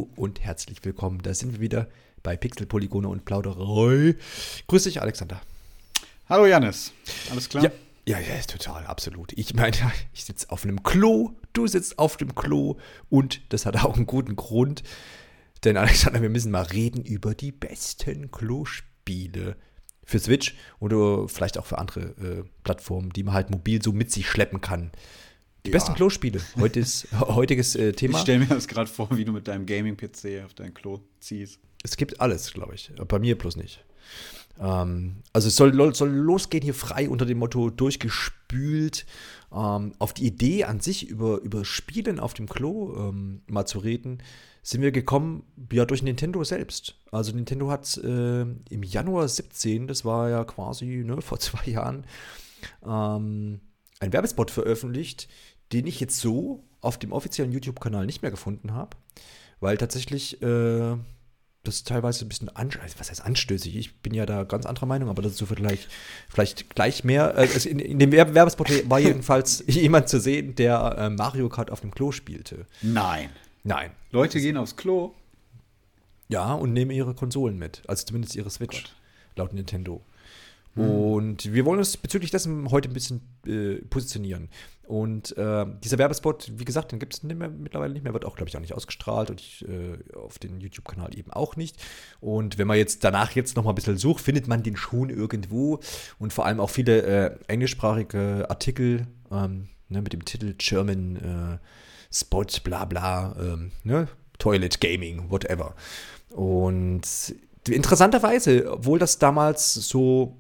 Hallo und herzlich willkommen. Da sind wir wieder bei Pixel, Polygone und Plauderei. Grüß dich, Alexander. Hallo, Jannis. Alles klar? Ja, total, absolut. Ich meine, ich sitze auf einem Klo, du sitzt auf dem Klo und das hat auch einen guten Grund. Denn, Alexander, wir müssen mal reden über die besten Klospiele für Switch oder vielleicht auch für andere Plattformen, die man halt mobil so mit sich schleppen kann. Die besten Klospiele. Heutiges Thema. Ich stelle mir das gerade vor, wie du mit deinem Gaming-PC auf dein Klo ziehst. Es gibt alles, glaube ich. Bei mir bloß nicht. Also es soll losgehen hier frei unter dem Motto durchgespült. Auf die Idee an sich über Spielen auf dem Klo mal zu reden, sind wir gekommen ja durch Nintendo selbst. Also Nintendo hat im Januar 17, das war ja quasi vor 2 Jahren, einen Werbespot veröffentlicht, den ich jetzt so auf dem offiziellen YouTube-Kanal nicht mehr gefunden habe, weil tatsächlich das teilweise ein bisschen was heißt anstößig? Ich bin ja da ganz anderer Meinung, aber dazu vielleicht gleich mehr. Also in dem Werbespot war jedenfalls jemand zu sehen, der Mario Kart auf dem Klo spielte. Nein. Leute gehen aufs Klo? Ja, und nehmen ihre Konsolen mit. Also zumindest ihre Switch, laut Nintendo. Und wir wollen uns bezüglich dessen heute ein bisschen positionieren. Und dieser Werbespot, wie gesagt, den gibt es mittlerweile nicht mehr, wird auch, glaube ich, auch nicht ausgestrahlt und auf den YouTube-Kanal eben auch nicht. Und wenn man jetzt danach noch mal ein bisschen sucht, findet man den schon irgendwo. Und vor allem auch viele englischsprachige Artikel mit dem Titel German Spot, bla bla, Toilet Gaming, whatever. Und interessanterweise, obwohl das damals so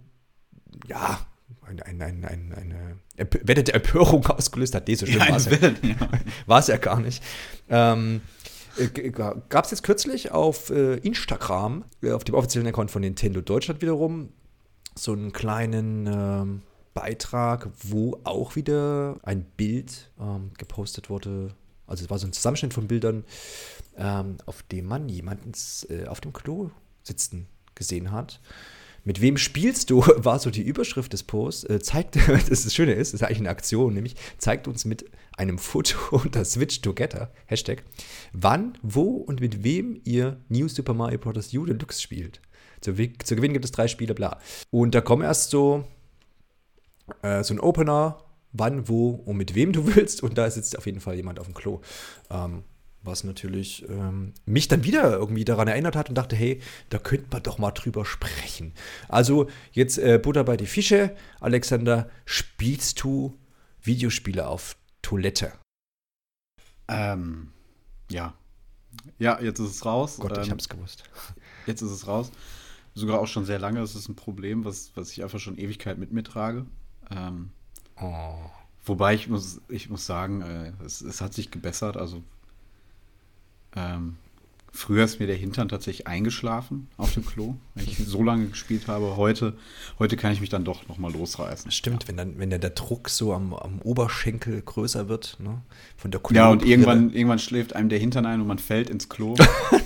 eine Welle der Empörung ausgelöst hat. So schlimm war es ja gar nicht. Gab es jetzt kürzlich auf Instagram, auf dem offiziellen Account von Nintendo Deutschland wiederum, so einen kleinen Beitrag, wo auch wieder ein Bild gepostet wurde. Also es war so ein Zusammenschnitt von Bildern, auf dem man jemanden auf dem Klo sitzen gesehen hat. Mit wem spielst du, war so die Überschrift des Posts, das Schöne ist eigentlich eine Aktion, nämlich zeigt uns mit einem Foto unter Switch Together, Hashtag, wann, wo und mit wem ihr New Super Mario Bros. U Deluxe spielt. Zu gewinnen gibt es 3 Spiele, bla. Und da kommen erst so ein Opener, wann, wo und mit wem du willst, und da sitzt auf jeden Fall jemand auf dem Klo. Was natürlich mich dann wieder irgendwie daran erinnert hat und dachte, hey, da könnte man doch mal drüber sprechen. Also jetzt Butter bei die Fische. Alexander, spielst du Videospiele auf Toilette? Ja. Ja, jetzt ist es raus. Gott, ich hab's gewusst. Jetzt ist es raus. Sogar auch schon sehr lange. Das ist ein Problem, was ich einfach schon Ewigkeit mit mir trage. Wobei ich muss sagen, es hat sich gebessert. Also früher ist mir der Hintern tatsächlich eingeschlafen auf dem Klo, wenn ich so lange gespielt habe. Heute kann ich mich dann doch noch mal losreißen. Stimmt, ja. wenn dann der Druck so am Oberschenkel größer wird, ne? Von der Ja, und irgendwann schläft einem der Hintern ein und man fällt ins Klo.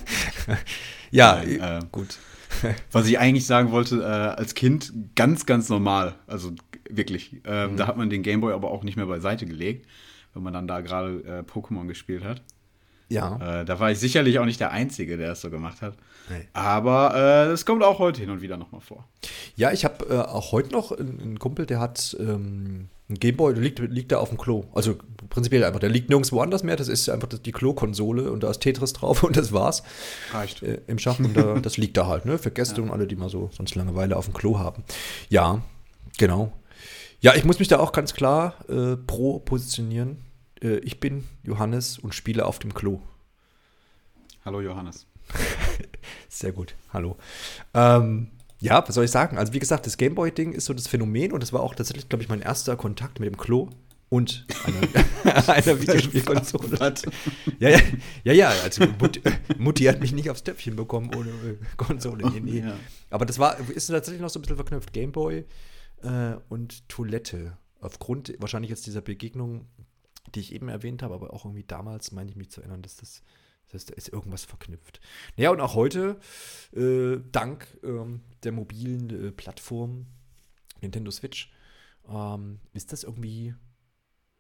Gut. Was ich eigentlich sagen wollte, als Kind ganz, ganz normal. Also wirklich. Da hat man den Gameboy aber auch nicht mehr beiseite gelegt, wenn man dann da gerade Pokémon gespielt hat. Ja. Da war ich sicherlich auch nicht der Einzige, der es so gemacht hat. Nee. Aber das kommt auch heute hin und wieder nochmal vor. Ja, ich habe auch heute noch einen Kumpel, der hat einen Gameboy, der liegt da auf dem Klo. Also prinzipiell einfach, der liegt nirgendwo anders mehr. Das ist einfach die Klo-Konsole und da ist Tetris drauf und das war's. Reicht. Im Schacht und das liegt da halt, ne? Für Gäste und alle, die mal so sonst Langeweile auf dem Klo haben. Ja, genau. Ja, ich muss mich da auch ganz klar pro positionieren. Ich bin Johannes und spiele auf dem Klo. Hallo Johannes. Sehr gut, hallo. Ja, was soll ich sagen? Also wie gesagt, das Gameboy-Ding ist so das Phänomen und das war auch tatsächlich, glaube ich, mein erster Kontakt mit dem Klo und einer Videospielkonsole. Ja, also Mutti hat mich nicht aufs Töpfchen bekommen ohne Konsole. Nee. Ja. Aber ist tatsächlich noch so ein bisschen verknüpft. Gameboy und Toilette. Aufgrund wahrscheinlich jetzt dieser Begegnung, die ich eben erwähnt habe, aber auch irgendwie damals meine ich mich zu erinnern, dass da ist irgendwas verknüpft. Ja, und auch heute, dank der mobilen Plattform Nintendo Switch, ist das irgendwie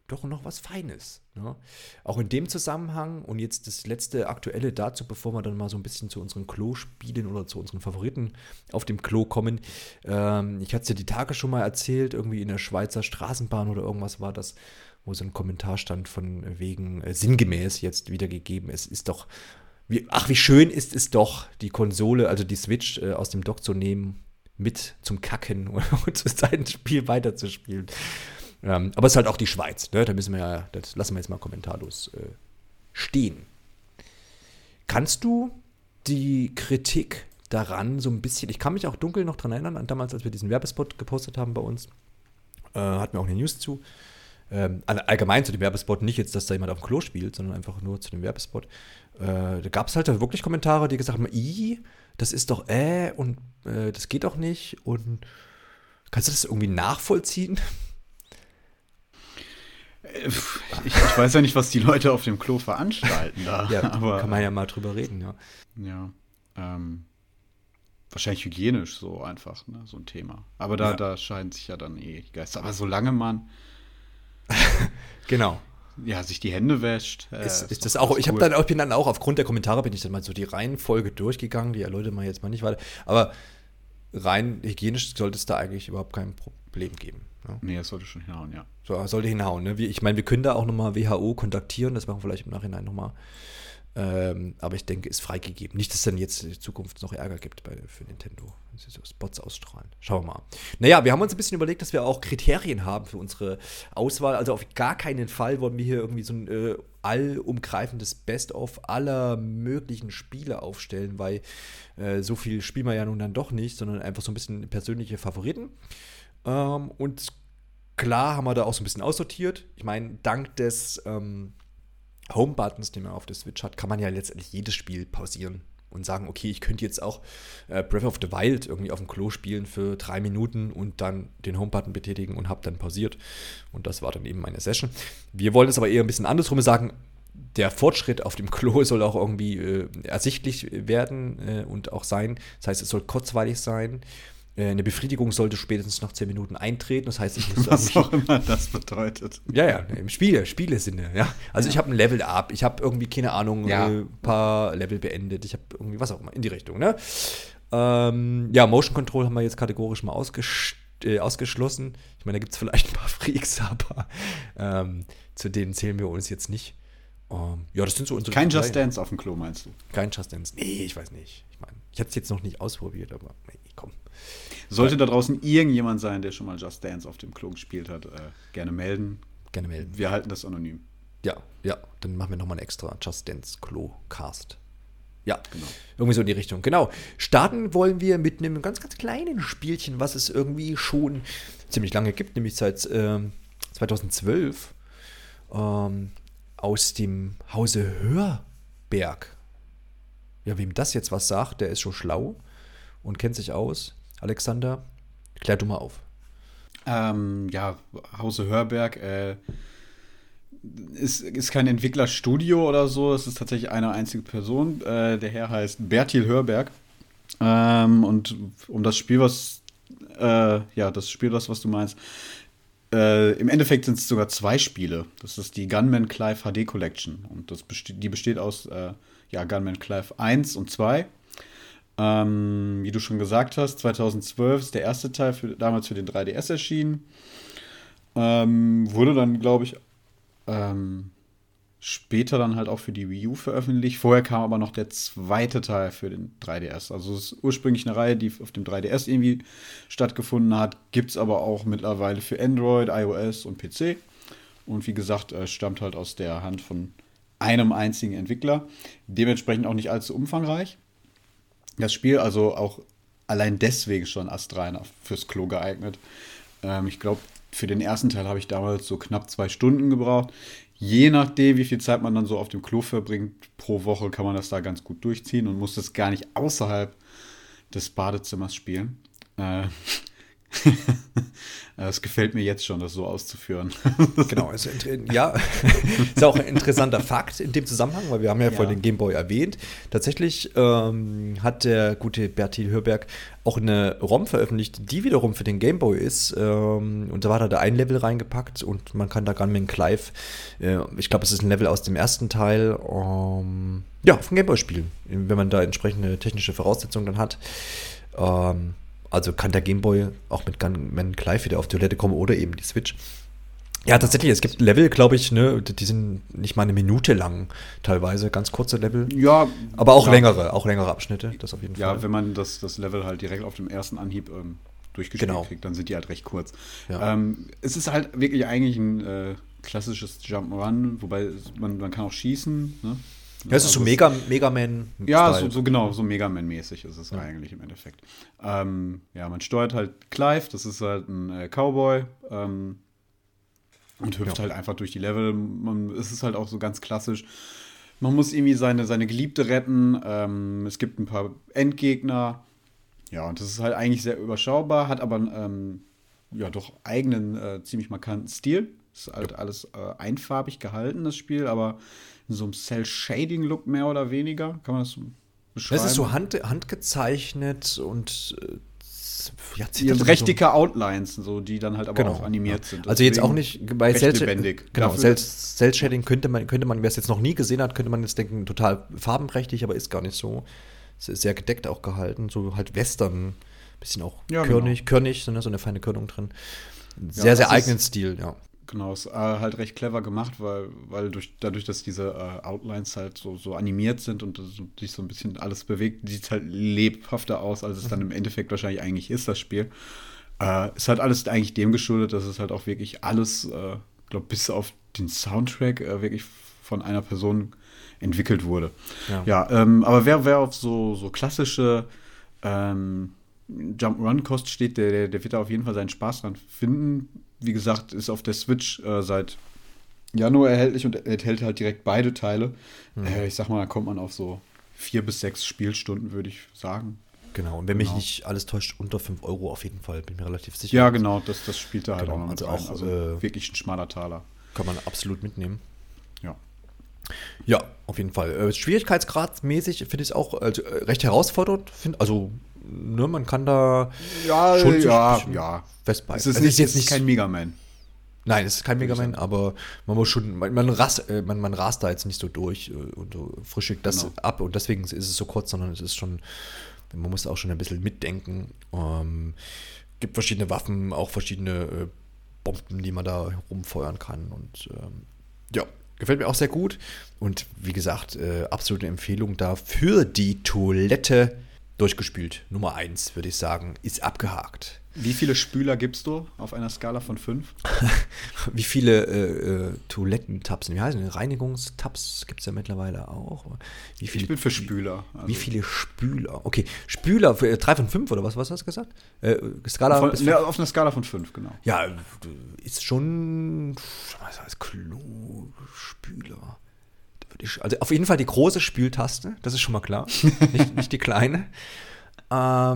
doch noch was Feines. Ne? Auch in dem Zusammenhang und jetzt das letzte Aktuelle dazu, bevor wir dann mal so ein bisschen zu unseren Klo-Spielen oder zu unseren Favoriten auf dem Klo kommen. Ich hatte es ja die Tage schon mal erzählt, irgendwie in der Schweizer Straßenbahn oder irgendwas war das, wo so ein Kommentar stand von wegen sinngemäß jetzt wiedergegeben. Es ist doch, wie schön ist es doch, die Konsole, also die Switch aus dem Dock zu nehmen, mit zum Kacken und sein Spiel weiterzuspielen. Aber es ist halt auch die Schweiz, ne? Da müssen wir ja, das lassen wir jetzt mal kommentarlos stehen. Kannst du die Kritik daran so ein bisschen, ich kann mich auch dunkel noch dran erinnern, an damals, als wir diesen Werbespot gepostet haben bei uns, hatten wir auch eine News zu, allgemein zu dem Werbespot, nicht jetzt, dass da jemand auf dem Klo spielt, sondern einfach nur zu dem Werbespot. Da gab es halt wirklich Kommentare, die gesagt haben, das ist doch und das geht doch nicht und kannst du das irgendwie nachvollziehen? Ich weiß ja nicht, was die Leute auf dem Klo veranstalten da. Ja, aber kann man ja mal drüber reden, ja. Ja, wahrscheinlich hygienisch so einfach, ne, so ein Thema. Aber da scheiden sich ja dann die Geister. Aber solange man genau. Ja, sich die Hände wäscht. Ist das auch, ich bin dann auch, aufgrund der Kommentare bin ich dann mal so die Reihenfolge durchgegangen, die erläutern wir jetzt mal nicht weiter. Aber rein hygienisch sollte es da eigentlich überhaupt kein Problem geben. Ja? Nee, das sollte schon hinhauen, ja. So, sollte hinhauen, ne? Ich meine, wir können da auch nochmal WHO kontaktieren, das machen wir vielleicht im Nachhinein nochmal. Aber ich denke, ist freigegeben. Nicht, dass es dann jetzt in Zukunft noch Ärger gibt für Nintendo, wenn sie so Spots ausstrahlen. Schauen wir mal. Naja, wir haben uns ein bisschen überlegt, dass wir auch Kriterien haben für unsere Auswahl. Also auf gar keinen Fall wollen wir hier irgendwie so ein allumgreifendes Best-of aller möglichen Spiele aufstellen, weil so viel spielen wir ja nun dann doch nicht, sondern einfach so ein bisschen persönliche Favoriten. Und klar haben wir da auch so ein bisschen aussortiert. Ich meine, dank des Home-Buttons, den man auf der Switch hat, kann man ja letztendlich jedes Spiel pausieren und sagen, okay, ich könnte jetzt auch Breath of the Wild irgendwie auf dem Klo spielen für 3 Minuten und dann den Home-Button betätigen und habe dann pausiert. Und das war dann eben meine Session. Wir wollen es aber eher ein bisschen andersrum sagen, der Fortschritt auf dem Klo soll auch irgendwie ersichtlich werden und auch sein. Das heißt, es soll kurzweilig sein. Eine Befriedigung sollte spätestens nach 10 Minuten eintreten. Das heißt, ich muss was auch immer das bedeutet. Ja, im Spielesinne, ja. Also ich habe ein Level up, ich habe irgendwie, keine Ahnung, ein paar Level beendet, ich habe irgendwie was auch immer in die Richtung, ne? Motion Control haben wir jetzt kategorisch mal ausgeschlossen. Ich meine, da gibt es vielleicht ein paar Freaks, aber zu denen zählen wir uns jetzt nicht. Das sind so unsere Kein Just Dance auf dem Klo, meinst du? Kein Just Dance. Nee, ich weiß nicht. Ich meine, ich habe es jetzt noch nicht ausprobiert, aber nee, komm. Sollte da draußen irgendjemand sein, der schon mal Just Dance auf dem Klo gespielt hat, gerne melden. Gerne melden. Wir halten das anonym. Ja, dann machen wir nochmal einen extra Just Dance Klo-Cast. Ja, genau. Irgendwie so in die Richtung. Genau. Starten wollen wir mit einem ganz, ganz kleinen Spielchen, was es irgendwie schon ziemlich lange gibt, nämlich seit 2012 aus dem Hause Hörberg. Ja, wem das jetzt was sagt, der ist schon schlau und kennt sich aus. Alexander, klär du mal auf. Hause Hörberg ist kein Entwicklerstudio oder so. Es ist tatsächlich eine einzige Person. Der Herr heißt Bertil Hörberg. Und um das Spiel, was du meinst, im Endeffekt sind es sogar 2 Spiele. Das ist die Gunman Clive HD Collection. Und die besteht aus Gunman Clive 1 und 2. Wie du schon gesagt hast, 2012 ist der erste Teil damals für den 3DS erschienen. Wurde dann, glaube ich, später dann halt auch für die Wii U veröffentlicht. Vorher kam aber noch der zweite Teil für den 3DS. Also es ist ursprünglich eine Reihe, die auf dem 3DS irgendwie stattgefunden hat. Gibt es aber auch mittlerweile für Android, iOS und PC. Und wie gesagt, stammt halt aus der Hand von einem einzigen Entwickler. Dementsprechend auch nicht allzu umfangreich. Das Spiel also auch allein deswegen schon astrein fürs Klo geeignet. Ich glaube, für den ersten Teil habe ich damals so knapp 2 Stunden gebraucht. Je nachdem, wie viel Zeit man dann so auf dem Klo verbringt, pro Woche kann man das da ganz gut durchziehen und muss das gar nicht außerhalb des Badezimmers spielen. Es gefällt mir jetzt schon, das so auszuführen. Genau, ist auch ein interessanter Fakt in dem Zusammenhang, weil wir haben ja vorhin den Game Boy erwähnt. Tatsächlich hat der gute Bertil Hörberg auch eine ROM veröffentlicht, die wiederum für den Game Boy ist. Und da hat er ein Level reingepackt und man kann da Gunman Clive, ich glaube, es ist ein Level aus dem ersten Teil, auf dem Game Boy spielen, wenn man da entsprechende technische Voraussetzungen dann hat. Also kann der Gameboy auch mit Gunman Clive wieder auf die Toilette kommen oder eben die Switch. Ja, tatsächlich, es gibt Level, glaube ich, ne, die sind nicht mal eine Minute lang, teilweise ganz kurze Level. Ja. Aber auch längere Abschnitte, das auf jeden Fall. Ja, wenn man das Level halt direkt auf dem ersten Anhieb durchgespielt kriegt, dann sind die halt recht kurz. Ja. Es ist halt wirklich eigentlich ein klassisches Jump'n'Run, wobei man kann auch schießen, ne? Ja, es ist so Mega Man. Ja, so Mega Man-mäßig ist es eigentlich im Endeffekt. Man steuert halt Clive, das ist halt ein Cowboy und hüpft halt einfach durch die Level. Es ist halt auch so ganz klassisch. Man muss irgendwie seine Geliebte retten. Es gibt ein paar Endgegner. Ja, und das ist halt eigentlich sehr überschaubar, hat aber doch eigenen, ziemlich markanten Stil. Ist halt alles einfarbig gehalten, das Spiel, aber in so einem Cell-Shading-Look mehr oder weniger. Kann man das so beschreiben? Es ist so handgezeichnet und recht dicke Outlines, so, die dann halt aber auch animiert sind. Also jetzt auch nicht bei lebendig. Genau, Cell-Shading könnte man, wer es jetzt noch nie gesehen hat, könnte man jetzt denken, total farbenprächtig, aber ist gar nicht so. Es ist sehr gedeckt auch gehalten, so halt Western, bisschen auch körnig, so eine feine Körnung drin. Sehr, sehr eigenen Stil, ja. Genau, ist halt recht clever gemacht, weil dadurch, dass diese Outlines halt so animiert sind und sich so ein bisschen alles bewegt, sieht es halt lebhafter aus, als es dann im Endeffekt wahrscheinlich eigentlich ist, das Spiel. Ist halt alles eigentlich dem geschuldet, dass es halt auch wirklich alles, glaube bis auf den Soundtrack wirklich von einer Person entwickelt wurde. Aber wer auf so klassische Jump-Run-Kost steht, der wird da auf jeden Fall seinen Spaß dran finden. Wie gesagt, ist auf der Switch seit Januar erhältlich und enthält halt direkt beide Teile. Ich sag mal, da kommt man auf so 4 bis 6 Spielstunden, würde ich sagen. Genau, und wenn mich nicht alles täuscht, unter 5 Euro auf jeden Fall, bin mir relativ sicher. Ja, genau, das spielt da halt auch noch mit rein. Also wirklich ein schmaler Taler. Kann man absolut mitnehmen. Ja. Ja, auf jeden Fall. Schwierigkeitsgradmäßig finde ich es auch recht herausfordernd. Man kann da schon festbeißen. Es ist jetzt kein Mega Man. Nein, es ist kein Mega Man, aber man muss schon, man rast da jetzt nicht so durch und frühstückt das ab und deswegen ist es so kurz, sondern es ist schon, man muss auch schon ein bisschen mitdenken. Gibt verschiedene Waffen, auch verschiedene Bomben, die man da rumfeuern kann und gefällt mir auch sehr gut. Und wie gesagt, absolute Empfehlung da für die Toilette durchgespielt. Nummer 1, würde ich sagen, ist abgehakt. Wie viele Spüler gibst du auf einer Skala von 5? Wie viele Toilettentabs, wie heißen die? Reinigungstabs gibt es ja mittlerweile auch. Ich bin für Spüler. Also. Wie viele Spüler? Okay, Spüler für 3 von 5 oder was hast du gesagt? Skala auf einer Skala von 5, genau. Ja, ist schon, was heißt Klospüler? Also auf jeden Fall die große Spültaste, das ist schon mal klar, nicht die kleine. Das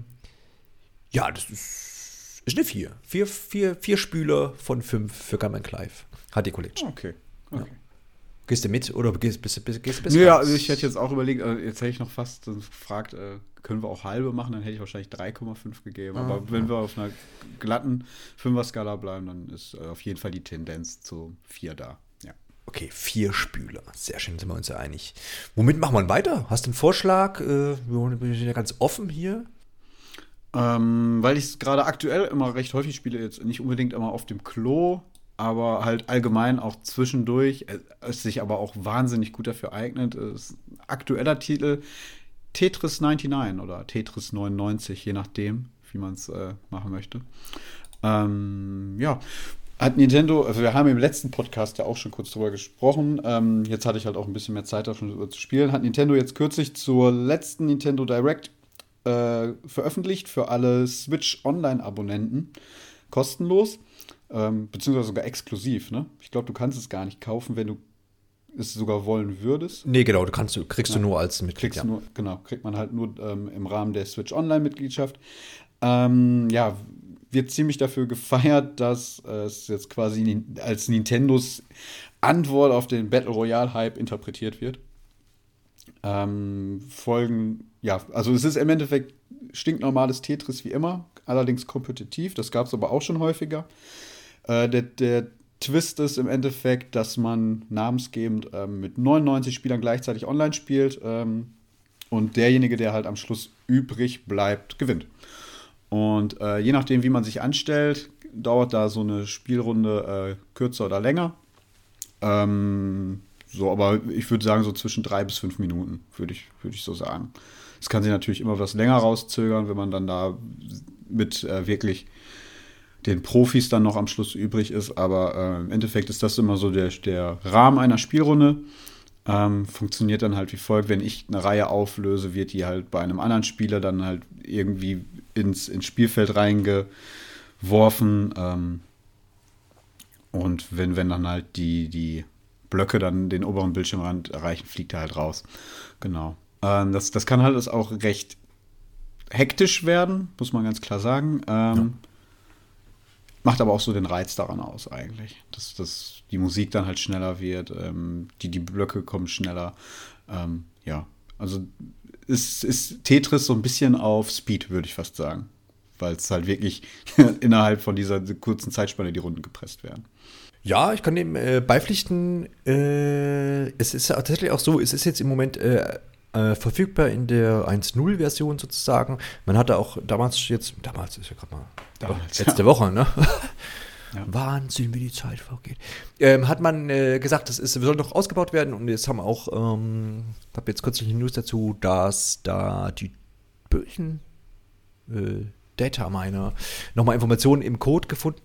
ist eine 4. 4 Spüler von 5 für Gunman Clive. HD Collection. Okay. Ja. Gehst du mit oder bist du Ja, also ich hätte jetzt auch überlegt, jetzt hätte ich noch fast gefragt, können wir auch halbe machen, dann hätte ich wahrscheinlich 3,5 gegeben. Aber wenn wir auf einer glatten 5er-Skala bleiben, dann ist auf jeden Fall die Tendenz zu 4 da. Ja. Okay, 4 Spüler. Sehr schön, sind wir uns ja einig. Womit machen wir weiter? Hast du einen Vorschlag? Wir sind ja ganz offen hier. Weil ich es gerade aktuell immer recht häufig spiele, jetzt nicht unbedingt immer auf dem Klo, aber halt allgemein auch zwischendurch, es sich aber auch wahnsinnig gut dafür eignet, ist ein aktueller Titel Tetris 99 oder Tetris 99, je nachdem, wie man es machen möchte. Hat Nintendo, also wir haben im letzten Podcast ja auch schon kurz drüber gesprochen, jetzt hatte ich halt auch ein bisschen mehr Zeit davon zu spielen, hat Nintendo jetzt kürzlich zur letzten Nintendo Direct veröffentlicht für alle Switch-Online-Abonnenten, kostenlos, beziehungsweise sogar exklusiv, ne? Ich glaube, du kannst es gar nicht kaufen, wenn du es sogar wollen würdest. Nee, genau, kriegst du nur als Mitglied. Kriegt man halt nur im Rahmen der Switch-Online-Mitgliedschaft. wird ziemlich dafür gefeiert, dass es jetzt quasi als Nintendos Antwort auf den Battle Royale-Hype interpretiert wird. Also es ist im Endeffekt stinknormales Tetris wie immer, allerdings kompetitiv, das gab es aber auch schon häufiger. Der Twist ist im Endeffekt, dass man namensgebend mit 99 Spielern gleichzeitig online spielt und derjenige, der halt am Schluss übrig bleibt, gewinnt. Und je nachdem, wie man sich anstellt, dauert da so eine Spielrunde kürzer oder länger. Aber ich würde sagen, so zwischen 3 bis 5 Minuten, würde ich so sagen. Es kann sich natürlich immer was länger rauszögern, wenn man dann da mit wirklich den Profis dann noch am Schluss übrig ist. Aber im Endeffekt ist das immer so der Rahmen einer Spielrunde. Funktioniert dann halt wie folgt: Wenn ich eine Reihe auflöse, wird die halt bei einem anderen Spieler dann halt irgendwie ins Spielfeld reingeworfen. Und wenn dann halt die Blöcke dann den oberen Bildschirmrand erreichen, fliegt er halt raus. Genau. Das kann halt auch recht hektisch werden, muss man ganz klar sagen. Macht aber auch so den Reiz daran aus eigentlich, dass die Musik dann halt schneller wird, die Blöcke kommen schneller. Also ist Tetris so ein bisschen auf Speed, würde ich fast sagen, weil es halt wirklich innerhalb von dieser kurzen Zeitspanne die Runden gepresst werden. Ja, ich kann dem beipflichten. Es ist tatsächlich auch so, es ist jetzt im Moment verfügbar in der 1.0-Version sozusagen. Man hatte auch damals ist ja gerade mal letzte Woche, ne? Ja. Wahnsinn, wie die Zeit vergeht. Hat man gesagt, soll noch ausgebaut werden, und jetzt haben auch, habe jetzt kürzlich eine News dazu, dass da die bösen Data-Miner nochmal Informationen im Code gefunden.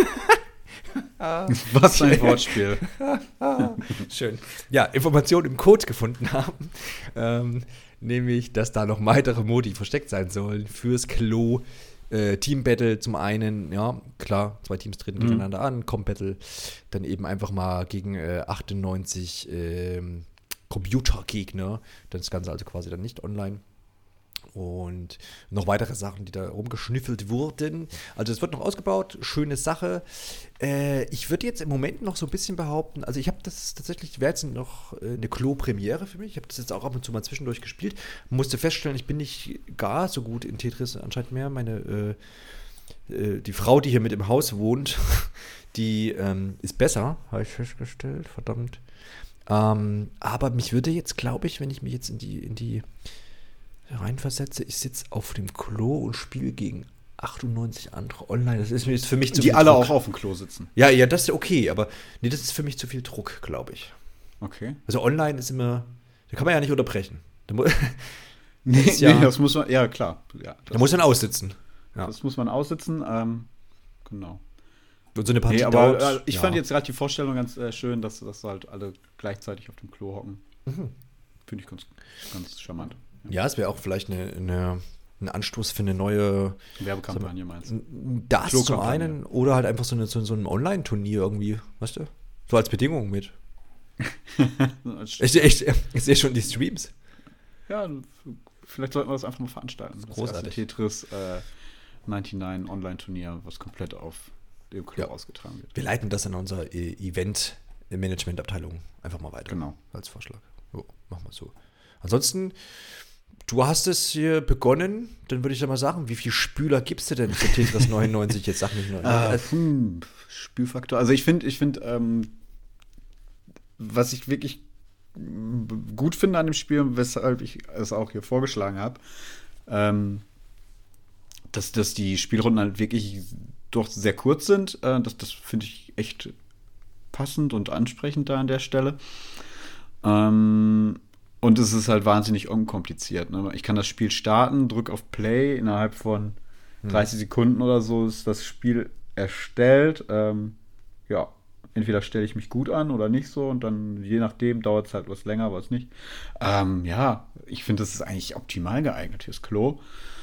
Was ein Wortspiel. Schön. Ja, Informationen im Code gefunden haben. Nämlich, dass da noch weitere Modi versteckt sein sollen fürs Klo. Team Battle zum einen, ja, klar, 2 Teams treten gegeneinander an. Comp Battle dann eben einfach mal gegen 98 Computergegner. Das Ganze also quasi dann nicht online. Und noch weitere Sachen, die da rumgeschnüffelt wurden. Also es wird noch ausgebaut, schöne Sache. Ich würde jetzt im Moment noch so ein bisschen behaupten, also ich habe das tatsächlich, wäre jetzt noch eine Klo-Premiere für mich. Ich habe das jetzt auch ab und zu mal zwischendurch gespielt. Musste feststellen, ich bin nicht gar so gut in Tetris anscheinend mehr. Die Frau, die hier mit im Haus wohnt, die ist besser, habe ich festgestellt, verdammt. Aber mich würde jetzt, glaube ich, wenn ich mich jetzt in die reinversetze, ich sitze auf dem Klo und spiele gegen 98 andere online. Das ist für mich zu viel Die alle Druck. auch auf dem Klo sitzen. Ja, das ist okay, aber nee, das ist für mich zu viel Druck, glaube ich. Okay. Also online ist immer, da kann man ja nicht unterbrechen. Das muss man, ja klar. Ja, da muss man aussitzen. Ja. Das muss man aussitzen, genau. Und so eine Partie aber ich fand jetzt gerade die Vorstellung ganz schön, dass halt alle gleichzeitig auf dem Klo hocken. Finde ich ganz, ganz charmant. Ja, es wäre auch vielleicht ein Anstoß für eine neue Werbekampagne, meinst du? Das zum einen, oder halt einfach so ein Online-Turnier irgendwie, weißt du? So als Bedingung mit. Ich sehe schon die Streams. Ja, vielleicht sollten wir das einfach mal veranstalten. Das großartig. Tetris 99 Online-Turnier, was komplett auf dem Klo ausgetragen wird. Wir leiten das an unsere Event-Management-Abteilung einfach mal weiter. Genau. Als Vorschlag. So, machen wir so. Ansonsten, du hast es hier begonnen, dann würde ich da mal sagen, wie viele Spüler gibst du denn für Tetris 99? Jetzt sag nicht nur. Spülfaktor. Also ich finde, was ich wirklich gut finde an dem Spiel, weshalb ich es auch hier vorgeschlagen habe, dass die Spielrunden halt wirklich doch sehr kurz sind. Das finde ich echt passend und ansprechend da an der Stelle. Und es ist halt wahnsinnig unkompliziert. Ne? Ich kann das Spiel starten, drücke auf Play, innerhalb von 30 Sekunden oder so ist das Spiel erstellt. Entweder stelle ich mich gut an oder nicht so, und dann je nachdem dauert es halt was länger, was nicht. Ich finde, das ist eigentlich optimal geeignet fürs Klo.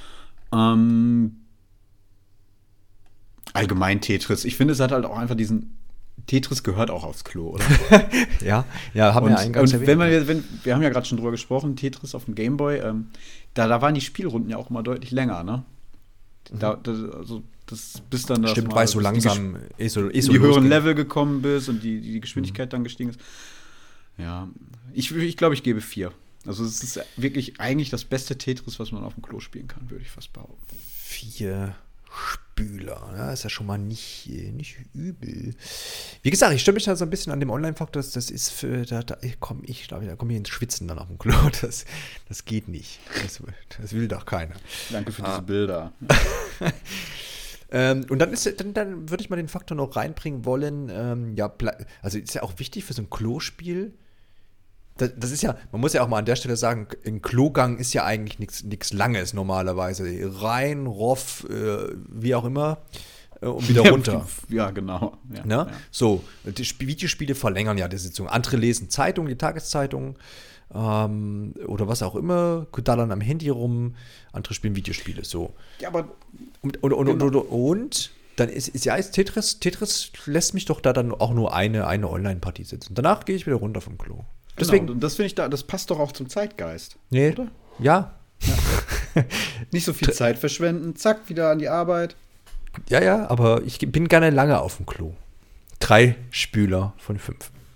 Allgemein Tetris. Ich finde, es hat halt auch einfach Tetris gehört auch aufs Klo, oder? Ja, haben wir eingangs erwähnt. Wir haben ja gerade schon drüber gesprochen, Tetris auf dem Gameboy, da waren die Spielrunden ja auch immer deutlich länger, ne? Da bis dann das Stimmt, mal, weil so bis langsam so die höheren losging. Level gekommen bist und die Geschwindigkeit dann gestiegen ist. Ja, ich glaube, ich gebe 4. Also es ist wirklich eigentlich das beste Tetris, was man auf dem Klo spielen kann, würde ich fast behaupten. 4 Spüler, ja, ist ja schon mal nicht übel. Wie gesagt, ich störe mich da so ein bisschen an dem Online-Faktor, das ist für, da komme ich ins Schwitzen dann auf dem Klo, das geht nicht. Das will doch keiner. Danke für diese Bilder. Und dann würde ich mal den Faktor noch reinbringen wollen, also ist ja auch wichtig für so ein Klospiel. Das ist ja, man muss ja auch mal an der Stelle sagen, ein Klogang ist ja eigentlich nichts Langes normalerweise. Rein, Roff, wie auch immer, und wieder runter. Ja, genau. Ja, ne? Ja. So, die Videospiele verlängern ja die Sitzung. Andere lesen Zeitungen, die Tageszeitungen oder was auch immer, dann am Handy rum, andere spielen Videospiele. So. Ja, aber Und dann ist ja als Tetris lässt mich doch da dann auch nur eine Online-Partie sitzen. Danach gehe ich wieder runter vom Klo. Deswegen, genau, das finde ich das passt doch auch zum Zeitgeist. nee, oder? Ja. Nicht so viel Zeit verschwenden, zack, wieder an die Arbeit. Ja, aber ich bin gerne lange auf dem Klo. 3 Spüler von 5.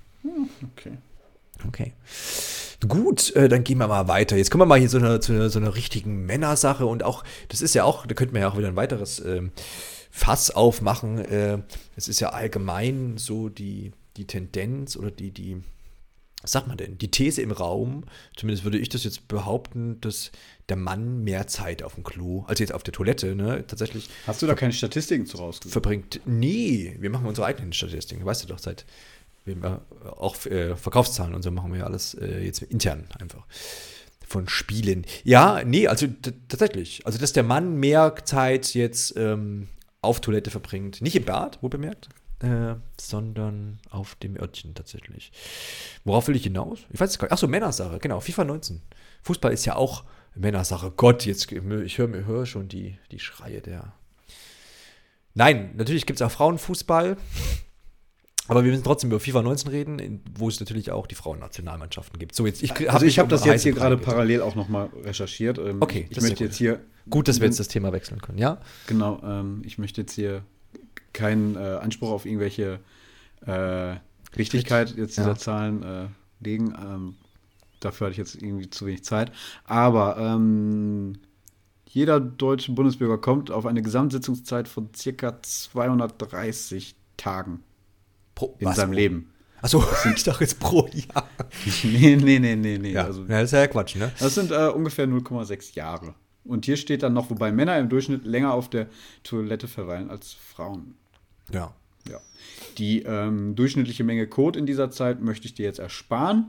Okay. Gut, dann gehen wir mal weiter. Jetzt kommen wir mal hier zu so einer richtigen Männersache und auch, das ist ja auch, da könnten wir ja auch wieder ein weiteres Fass aufmachen. Es ist ja allgemein so die Tendenz oder was sagt man denn, die These im Raum, zumindest würde ich das jetzt behaupten, dass der Mann mehr Zeit auf dem Klo, als jetzt auf der Toilette, ne, tatsächlich. Hast du da keine Statistiken zu rausgesucht? Verbringt. Nee, wir machen unsere eigenen Statistiken, weißt du doch, auch Verkaufszahlen und so machen wir ja alles jetzt intern einfach von Spielen. Ja, nee, also tatsächlich, also dass der Mann mehr Zeit jetzt auf Toilette verbringt, nicht im Bad, wohl bemerkt, sondern auf dem Örtchen tatsächlich. Worauf will ich hinaus? Ich weiß es gar nicht. Achso, Männersache, genau, FIFA 19. Fußball ist ja auch Männersache. Gott, jetzt, ich höre schon die Schreie der. Nein, natürlich gibt es auch Frauenfußball, aber wir müssen trotzdem über FIFA 19 reden, wo es natürlich auch die Frauennationalmannschaften gibt. So, ich habe das jetzt hier gerade parallel auch nochmal recherchiert. Okay, ich möchte jetzt hier. Gut, dass wir jetzt das Thema wechseln können, ja? Genau, ich möchte jetzt hier keinen Anspruch auf irgendwelche Richtigkeit jetzt dieser Zahlen legen. Dafür hatte ich jetzt irgendwie zu wenig Zeit. Aber jeder deutsche Bundesbürger kommt auf eine Gesamtsitzungszeit von circa 230 Tagen in seinem Leben. Achso, ich dachte jetzt pro Jahr. Nee. Ja, Also, das ist ja Quatsch, ne? Das sind ungefähr 0,6 Jahre. Und hier steht dann noch, wobei Männer im Durchschnitt länger auf der Toilette verweilen als Frauen. Ja. Die durchschnittliche Menge Code in dieser Zeit möchte ich dir jetzt ersparen.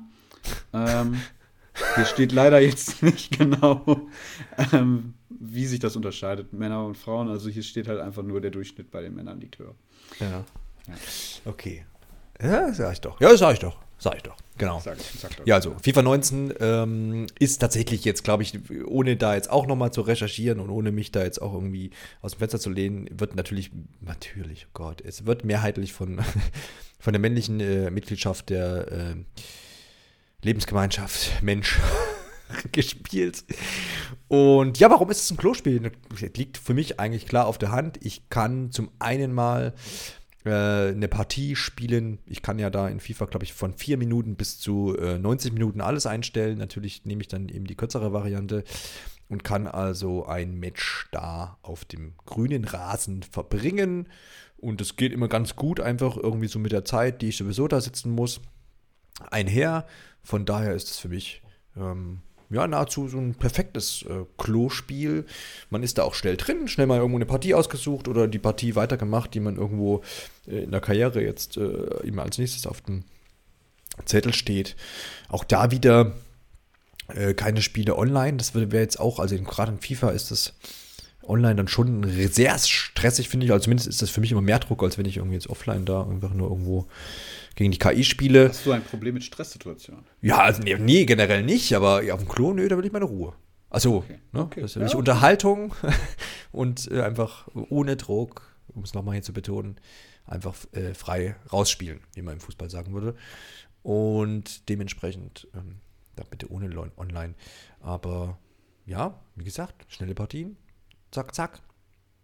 Hier steht leider jetzt nicht genau, wie sich das unterscheidet, Männer und Frauen. Also hier steht halt einfach nur, der Durchschnitt bei den Männern liegt höher. Ja. Okay. Ja, sag ich doch. Ja, sag ich doch. Genau. Sag doch. Ja, also FIFA 19 ist tatsächlich jetzt, glaube ich, ohne da jetzt auch nochmal zu recherchieren und ohne mich da jetzt auch irgendwie aus dem Fenster zu lehnen, wird natürlich, oh Gott, es wird mehrheitlich von der männlichen Mitgliedschaft der Lebensgemeinschaft Mensch gespielt. Und ja, warum ist es ein Klospiel? Das liegt für mich eigentlich klar auf der Hand. Ich kann zum einen mal eine Partie spielen. Ich kann ja da in FIFA, glaube ich, von 4 Minuten bis zu 90 Minuten alles einstellen. Natürlich nehme ich dann eben die kürzere Variante und kann also ein Match da auf dem grünen Rasen verbringen. Und es geht immer ganz gut, einfach irgendwie so mit der Zeit, die ich sowieso da sitzen muss, einher. Von daher ist es für mich nahezu so ein perfektes Klospiel. Man ist da auch schnell drin, schnell mal irgendwo eine Partie ausgesucht oder die Partie weitergemacht, die man irgendwo in der Karriere jetzt immer als nächstes auf dem Zettel steht. Auch da wieder keine Spiele online. Das wäre jetzt auch, also gerade in FIFA ist das online dann schon sehr stressig, finde ich. Also zumindest ist das für mich immer mehr Druck, als wenn ich irgendwie jetzt offline da einfach nur irgendwo gegen die KI spiele. Hast du ein Problem mit Stresssituationen? Ja, also nee, generell nicht, aber auf dem Klo, da will ich meine Ruhe. Also, Okay. Ne, Okay. das will ich Unterhaltung und einfach ohne Druck, um es nochmal hier zu betonen, einfach frei rausspielen, wie man im Fußball sagen würde. Und dementsprechend, da bitte ohne online. Aber ja, wie gesagt, schnelle Partien, zack, zack.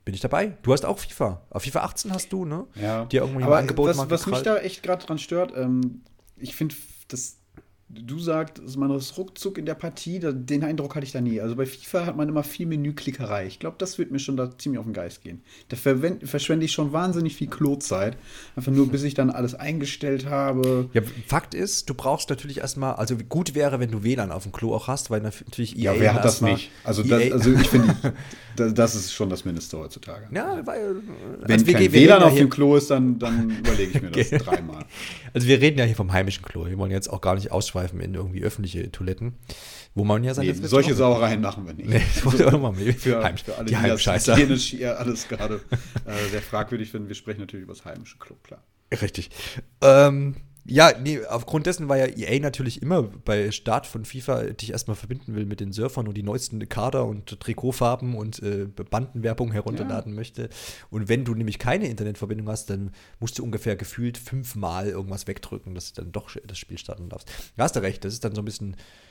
Bin ich dabei? Du hast auch FIFA. Auf FIFA 18 hast du, ne? Ja. Dir irgendwie Aber ein Angebot mal was mich gekrallt. da echt gerade dran stört, ich finde, dass du sagst, man ist ruckzuck in der Partie, den Eindruck hatte ich da nie. Also bei FIFA hat man immer viel Menüklickerei. Ich glaube, das wird mir schon da ziemlich auf den Geist gehen. Da verschwende ich schon wahnsinnig viel Klozeit. Einfach nur, bis ich dann alles eingestellt habe. Ja, Fakt ist, du brauchst natürlich erstmal, also gut wäre, wenn du WLAN auf dem Klo auch hast, weil natürlich Ja, EA wer hat das erstmal- nicht? Also, EA ich finde, das ist schon das Mindeste heutzutage. Ja, weil Wenn also kein wir WLAN reden ja auf hier- dem Klo ist, dann überlege ich mir das dreimal. Also wir reden ja hier vom heimischen Klo. Wir wollen jetzt auch gar nicht ausschweifen in irgendwie öffentliche Toiletten, wo man ja seine Nee, Fritten solche auch- Sauereien machen wir nicht. Nee, das wollte ich auch noch mal Für alle, die die das Heimscheißer. hygienisch hier alles gerade sehr fragwürdig finden. Wir sprechen natürlich über das heimische Klo, klar. Richtig. Ja, nee, aufgrund dessen, weil ja EA natürlich immer bei Start von FIFA dich erstmal verbinden will mit den Surfern und die neuesten Kader und Trikotfarben und Bandenwerbung herunterladen möchte. Und wenn du nämlich keine Internetverbindung hast, dann musst du ungefähr gefühlt 5-mal irgendwas wegdrücken, dass du dann doch das Spiel starten darfst. Da hast du recht, das ist dann so ein bisschen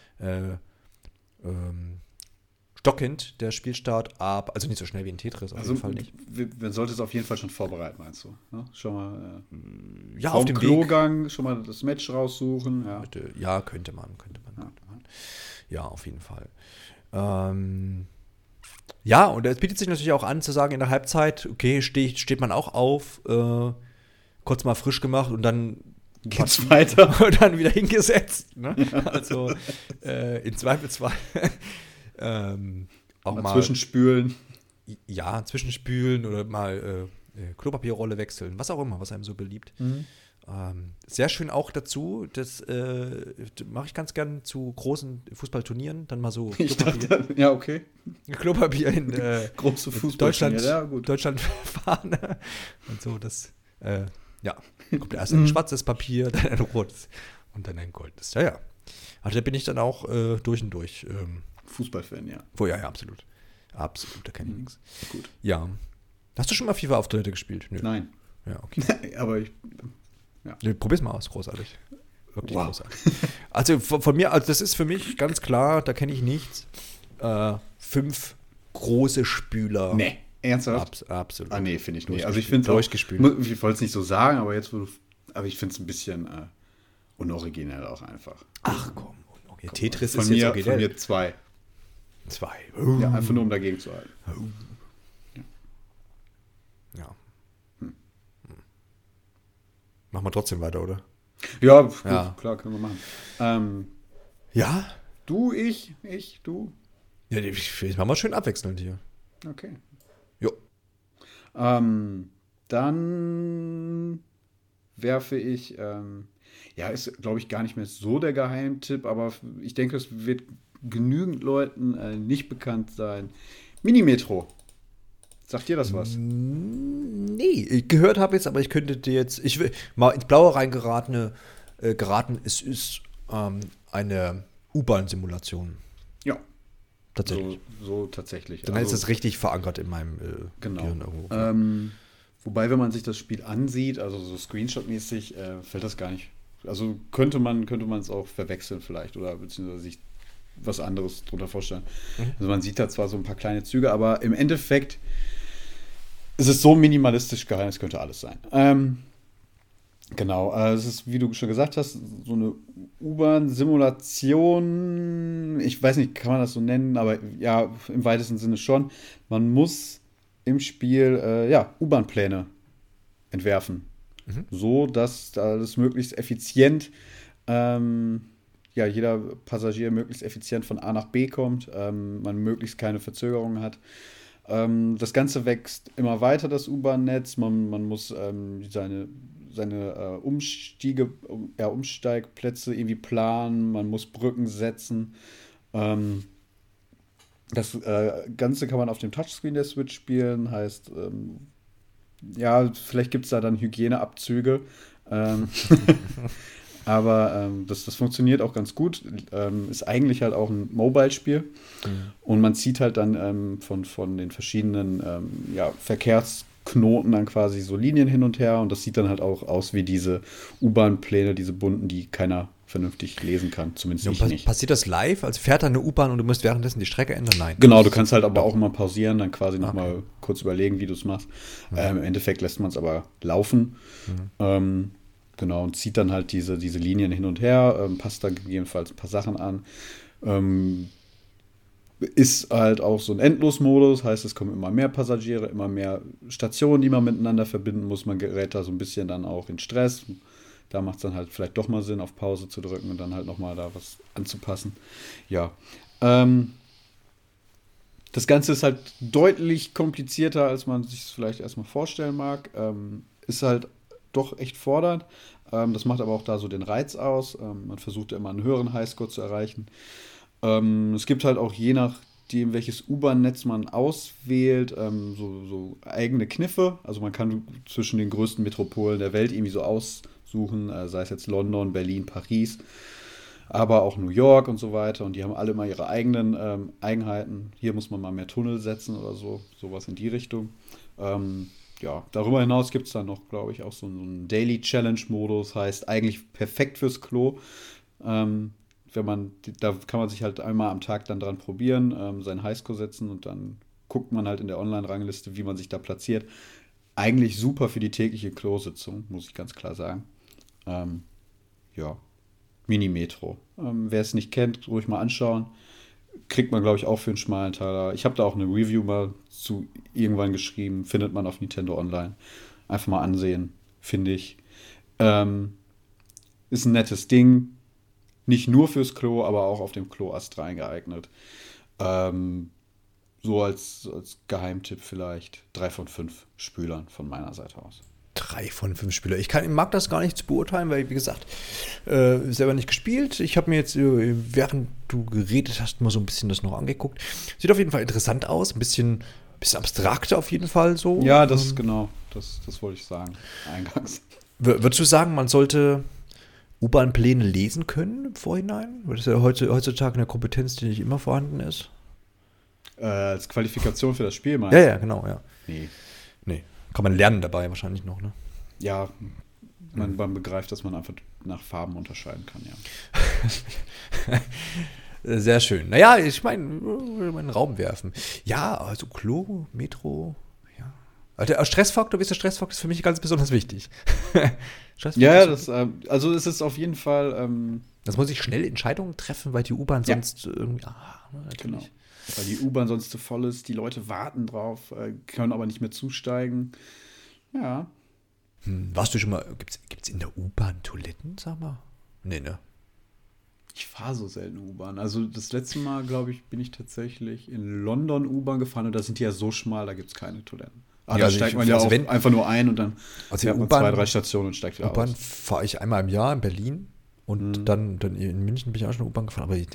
stockend, der Spielstart, aber also nicht so schnell wie in Tetris, auf Also, jeden Fall nicht. man sollte es auf jeden Fall schon vorbereiten, meinst du? Ne? Schon mal Ja, vorm auf dem Weg. Klogang schon mal das Match raussuchen. Ja. Ja, könnte man. Ja, auf jeden Fall. Ja, und es bietet sich natürlich auch an, zu sagen, in der Halbzeit, okay, steht man auch auf, kurz mal frisch gemacht und dann Geht's weiter? und dann wieder hingesetzt. Ne? Also im Zweifelsfall auch Mal mal zwischenspülen. ja, zwischenspülen oder mal Klopapierrolle wechseln, was auch immer, was einem so beliebt. Sehr schön auch dazu, das mache ich ganz gern zu großen Fußballturnieren, dann mal so Ich dachte, ja, okay. Klopapier in Große in Fußballturnier, ja, gut. Deutschland fahren und so, das ja, kommt erst ein schwarzes Papier, dann ein rotes und dann ein goldenes. Ja, ja. Also da bin ich dann auch durch und durch. Fußballfan, ja. Ja, absolut. Absolut, da kenne ich nichts. Gut. Ja. Hast du schon mal FIFA auf Toilette gespielt? Nö. Nein. Ja, okay. Aber Nee, probier's mal aus, großartig. Wirklich Wow. großartig. Also von mir, also das ist für mich ganz klar, da kenne ich nichts. 5 große Spüler. nee, ernsthaft? Absolut. Ah, nee, finde ich nicht. Durchgespült. Also ich finde Durchgespült. ich wollte es nicht so sagen, aber aber ich finde es ein bisschen unoriginell auch einfach. Ach komm, okay. Tetris Von ist mir, jetzt von originell. mir 2. 2. Ja, einfach nur um dagegen zu halten. Ja. Machen wir trotzdem weiter, oder? Ja, gut, Ja. klar, können wir machen. Ja? Du, ich, du. Ja, ich mach mal schön abwechselnd hier. Okay. Jo. Dann werfe ich, ja, ist, glaube ich, gar nicht mehr so der Geheimtipp, aber ich denke, es wird genügend Leuten nicht bekannt sein. Minimetro. Sagt dir das was? Nee, ich gehört habe jetzt, aber ich könnte dir jetzt, ich will mal ins Blaue reingeraten, es ist eine U-Bahn-Simulation. Ja. Tatsächlich. So tatsächlich. Dann ist es richtig verankert in meinem Genau. Gehirn irgendwo. Wobei, wenn man sich das Spiel ansieht, also so Screenshot-mäßig, fällt das gar nicht. Also könnte man es auch verwechseln vielleicht oder beziehungsweise sich was anderes drunter vorstellen. Also man sieht da zwar so ein paar kleine Züge, aber im Endeffekt ist es so minimalistisch gehalten, es könnte alles sein. Genau, es ist, wie du schon gesagt hast, so eine U-Bahn-Simulation. Ich weiß nicht, kann man das so nennen, aber ja, im weitesten Sinne schon. Man muss im Spiel U-Bahn-Pläne entwerfen, so dass alles möglichst effizient, jeder Passagier möglichst effizient von A nach B kommt, man möglichst keine Verzögerungen hat. Das Ganze wächst immer weiter, das U-Bahn-Netz. Man muss seine Umsteigplätze irgendwie planen, man muss Brücken setzen. Das Ganze kann man auf dem Touchscreen der Switch spielen, heißt, vielleicht gibt es da dann Hygieneabzüge. Aber das funktioniert auch ganz gut. Ist eigentlich halt auch ein Mobile-Spiel. Und man zieht halt dann von den verschiedenen Verkehrsknoten dann quasi so Linien hin und her. Und das sieht dann halt auch aus wie diese U-Bahn-Pläne, diese bunten, die keiner vernünftig lesen kann. Zumindest Ja, ich nicht. passiert das live? Also fährt da eine U-Bahn und du musst währenddessen die Strecke ändern? Nein. Genau, du kannst halt aber auch immer pausieren, dann quasi nochmal Okay. kurz überlegen, wie du es machst. Im Endeffekt lässt man es aber laufen. Genau, und zieht dann halt diese Linien hin und her, passt da gegebenenfalls ein paar Sachen an. Ist halt auch so ein Endlosmodus, heißt, es kommen immer mehr Passagiere, immer mehr Stationen, die man miteinander verbinden muss. Man gerät da so ein bisschen dann auch in Stress. Da macht es dann halt vielleicht doch mal Sinn, auf Pause zu drücken und dann halt nochmal da was anzupassen. Ja. Das Ganze ist halt deutlich komplizierter, als man sich es vielleicht erstmal vorstellen mag. Ist halt doch echt fordernd. Das macht aber auch da so den Reiz aus. Man versucht ja immer einen höheren Highscore zu erreichen. Es gibt halt auch je nachdem, welches U-Bahn-Netz man auswählt, so eigene Kniffe. Also man kann zwischen den größten Metropolen der Welt irgendwie so aussuchen, sei es jetzt London, Berlin, Paris, aber auch New York und so weiter. Und die haben alle mal ihre eigenen Eigenheiten. Hier muss man mal mehr Tunnel setzen oder so, sowas in die Richtung. Ja, darüber hinaus gibt es dann noch, glaube ich, auch so einen Daily Challenge-Modus, heißt eigentlich perfekt fürs Klo. Da kann man sich halt einmal am Tag dann dran probieren, seinen Highscore setzen und dann guckt man halt in der Online-Rangliste, wie man sich da platziert. Eigentlich super für die tägliche Klo-Sitzung, muss ich ganz klar sagen. Ja, Mini-Metro. Wer es nicht kennt, ruhig mal anschauen. Kriegt man, glaube ich, auch für einen schmalen Taler. Ich habe da auch eine Review mal zu irgendwann geschrieben. Findet man auf Nintendo Online. Einfach mal ansehen, finde ich. Ist ein nettes Ding. Nicht nur fürs Klo, aber auch auf dem Klo astrein geeignet. So als Geheimtipp vielleicht 3 von 5 Spülern von meiner Seite aus. 3 von 5 Spieler. Ich mag das gar nicht beurteilen, weil, wie gesagt, selber nicht gespielt. Ich habe mir jetzt, während du geredet hast, mal so ein bisschen das noch angeguckt. Sieht auf jeden Fall interessant aus. Ein bisschen abstrakter auf jeden Fall so. Ja, das genau. Das wollte ich sagen, eingangs. Würdest du sagen, man sollte U-Bahn-Pläne lesen können im Vorhinein? Weil das ist ja heutzutage eine Kompetenz, die nicht immer vorhanden ist. Als Qualifikation für das Spiel, meinst Ja, du? ja, genau, ja. Nee. Kann man lernen dabei wahrscheinlich noch, ne? Ja, man begreift, dass man einfach nach Farben unterscheiden kann, ja. Sehr schön. Naja, ich meine, meinen Raum werfen. Ja, also Klo, Metro, ja. Also der Stressfaktor, ist für mich ganz besonders wichtig. Ja, also es ist auf jeden Fall. Das muss ich schnell Entscheidungen treffen, weil die U-Bahn sonst irgendwie. Natürlich. Genau. Weil die U-Bahn sonst zu voll ist, die Leute warten drauf, können aber nicht mehr zusteigen. Ja. Warst du schon mal, gibt's in der U-Bahn Toiletten, sag mal? Nee, ne? Ich fahre so selten U-Bahn. Also das letzte Mal, glaube ich, bin ich tatsächlich in London U-Bahn gefahren und da sind die ja so schmal, da gibt es keine Toiletten. Ja, Da also steigt ich- man ja also auch wenn- einfach nur ein und dann Also fährt man U-Bahn- 2, 3 Stationen und steigt wieder U-Bahn aus. fahre ich einmal im Jahr in Berlin und dann in München bin ich auch schon U-Bahn gefahren, aber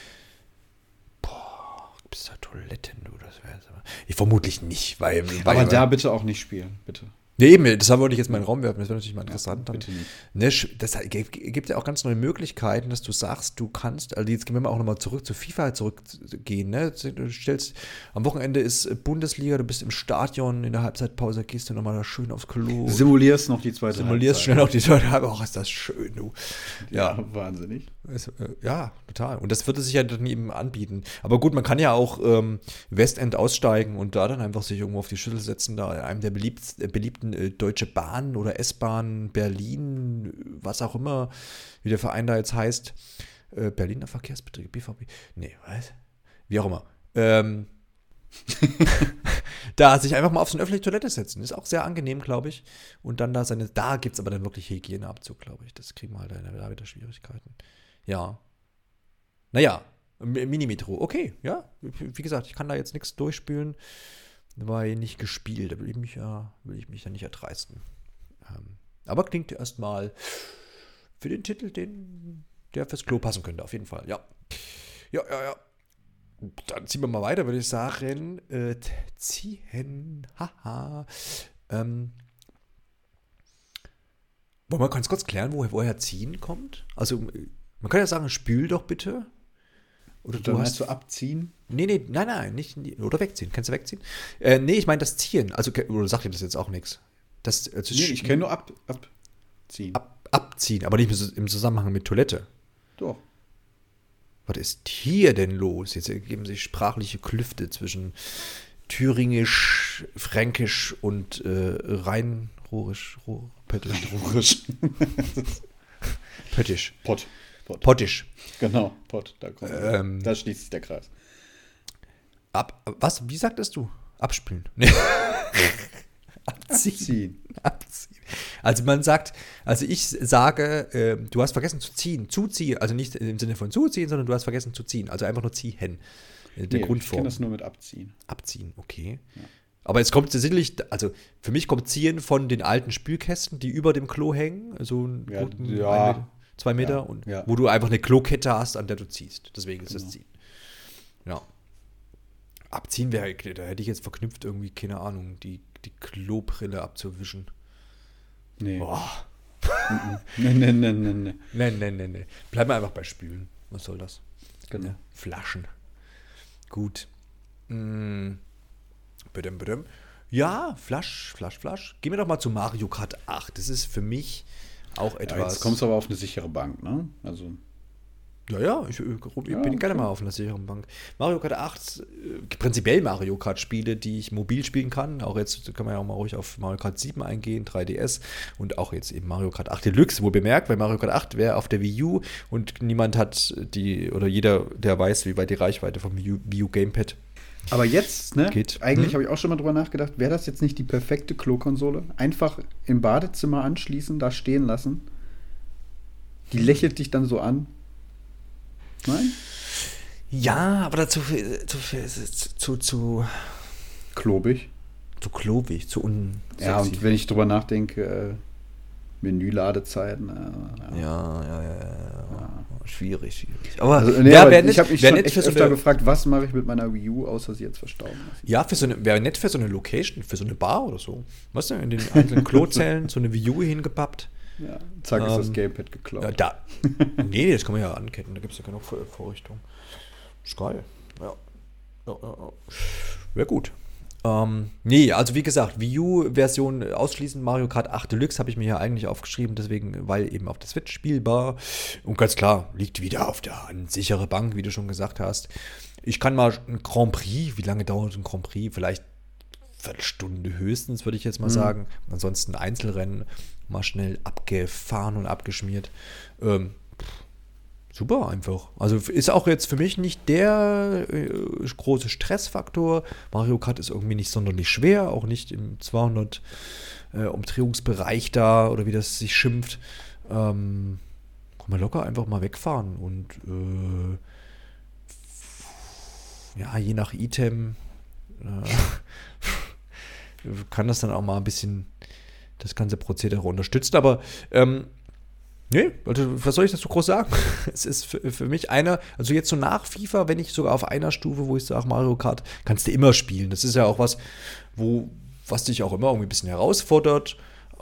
gibt es da Toiletten, du? Das wäre ich vermutlich nicht, weil Aber da bitte auch nicht spielen, bitte. Nee, eben, deshalb wollte ich jetzt mal in den Raum werfen. Das wäre natürlich mal interessant. Ja, Dann. bitte nicht. Ne, das gibt ja auch ganz neue Möglichkeiten, dass du sagst, du kannst, also jetzt gehen wir mal auch nochmal zurück zu FIFA zurückgehen. Ne? Du stellst, am Wochenende ist Bundesliga, du bist im Stadion, in der Halbzeitpause gehst du nochmal da schön aufs Klo. Simulierst noch die zweite Simulierst Halbzeit. schnell auch die zweite Halbzeit. Oh, ist das schön, du. Ja, wahnsinnig. Ja, total. Und das würde sich ja dann eben anbieten. Aber gut, man kann ja auch Westend aussteigen und da dann einfach sich irgendwo auf die Schüssel setzen, da in einem der beliebten Deutsche Bahn oder S-Bahn Berlin, was auch immer, wie der Verein da jetzt heißt. Berliner Verkehrsbetrieb, BVB. Nee, was? Wie auch immer. Da sich einfach mal auf so eine öffentliche Toilette setzen. Ist auch sehr angenehm, glaube ich. Und dann da gibt es aber dann wirklich Hygieneabzug, glaube ich. Das kriegen wir halt da wieder Schwierigkeiten. Ja. Naja, Mini-Metro. Okay, ja. Wie gesagt, ich kann da jetzt nichts durchspülen, weil nicht gespielt. Da will ich mich ja nicht erdreisten. Aber klingt erstmal für den Titel, der fürs Klo passen könnte, auf jeden Fall. Ja. Ja. Dann ziehen wir mal weiter, würde ich sagen. Haha. Wollen wir ganz kurz klären, woher ziehen kommt? Also, man kann ja sagen, spül doch bitte. Oder Dann meinst du abziehen? Nein, nicht. Oder wegziehen. Kennst du wegziehen? Nee, ich meine das Ziehen. Also, oder sagt dir das jetzt auch nichts? Nee, ich kenne nur abziehen. Abziehen, aber nicht im Zusammenhang mit Toilette. Doch. Was ist hier denn los? Jetzt ergeben sich sprachliche Klüfte zwischen Thüringisch, Fränkisch und Rheinrohrisch, Pöttisch. Pöttisch. Pottisch. Genau, Pott, da kommt. Da schließt sich der Kreis. Was? Wie sagtest du? Abspülen. Nee. Abziehen. Also ich sage, du hast vergessen zu ziehen. Zuziehen, also nicht im Sinne von zuziehen, sondern du hast vergessen zu ziehen. Also einfach nur ziehen. Grundform. Ich kenne das nur mit abziehen. Abziehen, okay. Ja. Aber jetzt kommt es sicherlich, also für mich kommt ziehen von den alten Spülkästen, die über dem Klo hängen, so einen guten 2 Meter, und wo du einfach eine Klokette hast, an der du ziehst. Deswegen ist das Ziehen. Ja. Abziehen wäre, da hätte ich jetzt verknüpft irgendwie, keine Ahnung, die Klobrille abzuwischen. Nee. Boah. Nee. Nee. Bleib mal einfach bei Spülen. Was soll das? Genau. Ja, Flaschen. Gut. Bedem. Ja, Flasch. Gehen wir doch mal zu Mario Kart 8. Das ist für mich auch etwas. Ja, jetzt kommst du aber auf eine sichere Bank, ne? Also. Ja, ich bin gerne mal auf einer sicheren Bank. Mario Kart 8, prinzipiell Mario Kart-Spiele, die ich mobil spielen kann. Auch jetzt kann man ja auch mal ruhig auf Mario Kart 7 eingehen, 3DS und auch jetzt eben Mario Kart 8 Deluxe, wohl bemerkt, weil Mario Kart 8 wäre auf der Wii U und niemand hat oder jeder, der weiß, wie weit die Reichweite vom Wii U Gamepad aber jetzt, ne? geht. Eigentlich habe ich auch schon mal drüber nachgedacht, wäre das jetzt nicht die perfekte Klokonsole? Einfach im Badezimmer anschließen, da stehen lassen. Die lächelt dich dann so an. Nein? Ja, aber dazu zu klobig. Zu klobig, zu unsexy. Ja, und wenn ich drüber nachdenke, Menüladezeiten. Ja. Schwierig. Aber, also, ich habe mich schon echt öfter gefragt, was mache ich mit meiner Wii U, außer sie jetzt verstauben lassen. Ja, wäre nett für so eine Location, für so eine Bar oder so. Weißt du, in den einzelnen Klozellen so eine Wii U hingepappt. Ja, zack, ist das Gamepad geklaut. Ja, nee, das kann man ja anketten, da gibt es ja genug Vorrichtung. Ist geil. Ja. Wäre gut. Nee, also wie gesagt, Wii U-Version ausschließend Mario Kart 8 Deluxe habe ich mir hier eigentlich aufgeschrieben, deswegen, weil eben auf der Switch spielbar. Und ganz klar, liegt wieder auf der Hand, sichere Bank, wie du schon gesagt hast. Ich kann mal ein Grand Prix, wie lange dauert ein Grand Prix? Vielleicht Viertelstunde höchstens, würde ich jetzt mal sagen. Ansonsten Einzelrennen mal schnell abgefahren und abgeschmiert. Super einfach. Also ist auch jetzt für mich nicht der große Stressfaktor. Mario Kart ist irgendwie nicht sonderlich schwer, auch nicht im 200 Umdrehungsbereich da oder wie das sich schimpft. Kann man locker einfach mal wegfahren und je nach Item kann das dann auch mal ein bisschen das ganze Prozedere unterstützen, aber nee, also was soll ich dazu groß sagen? Es ist für mich also jetzt so nach FIFA, wenn ich sogar auf einer Stufe, wo ich sage, Mario Kart, kannst du immer spielen. Das ist ja auch was, was dich auch immer irgendwie ein bisschen herausfordert,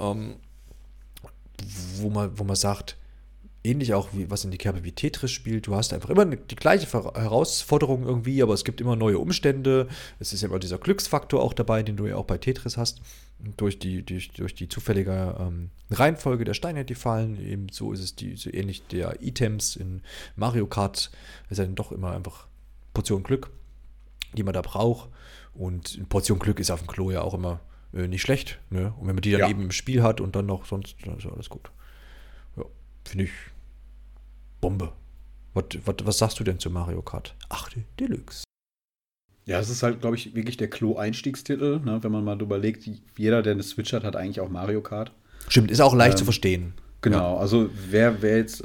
wo man sagt, ähnlich auch wie was in die Kerbe wie Tetris spielt, du hast einfach immer die gleiche Herausforderung irgendwie, aber es gibt immer neue Umstände. Es ist ja immer dieser Glücksfaktor auch dabei, den du ja auch bei Tetris hast. Durch die zufällige Reihenfolge der Steine, die fallen, eben so ist es so ähnlich der Items in Mario Kart. Es ist ja dann doch immer einfach Portion Glück, die man da braucht. Und eine Portion Glück ist auf dem Klo ja auch immer nicht schlecht. Ne? Und wenn man die dann eben im Spiel hat und dann noch sonst, dann ist alles gut. Ja, finde ich Bombe. Was sagst du denn zu Mario Kart 8 Deluxe? Ja, es ist halt, glaube ich, wirklich der Klo-Einstiegstitel, ne? Wenn man mal überlegt, jeder, der eine Switch hat eigentlich auch Mario Kart. Stimmt, ist auch leicht zu verstehen. Genau, also wer jetzt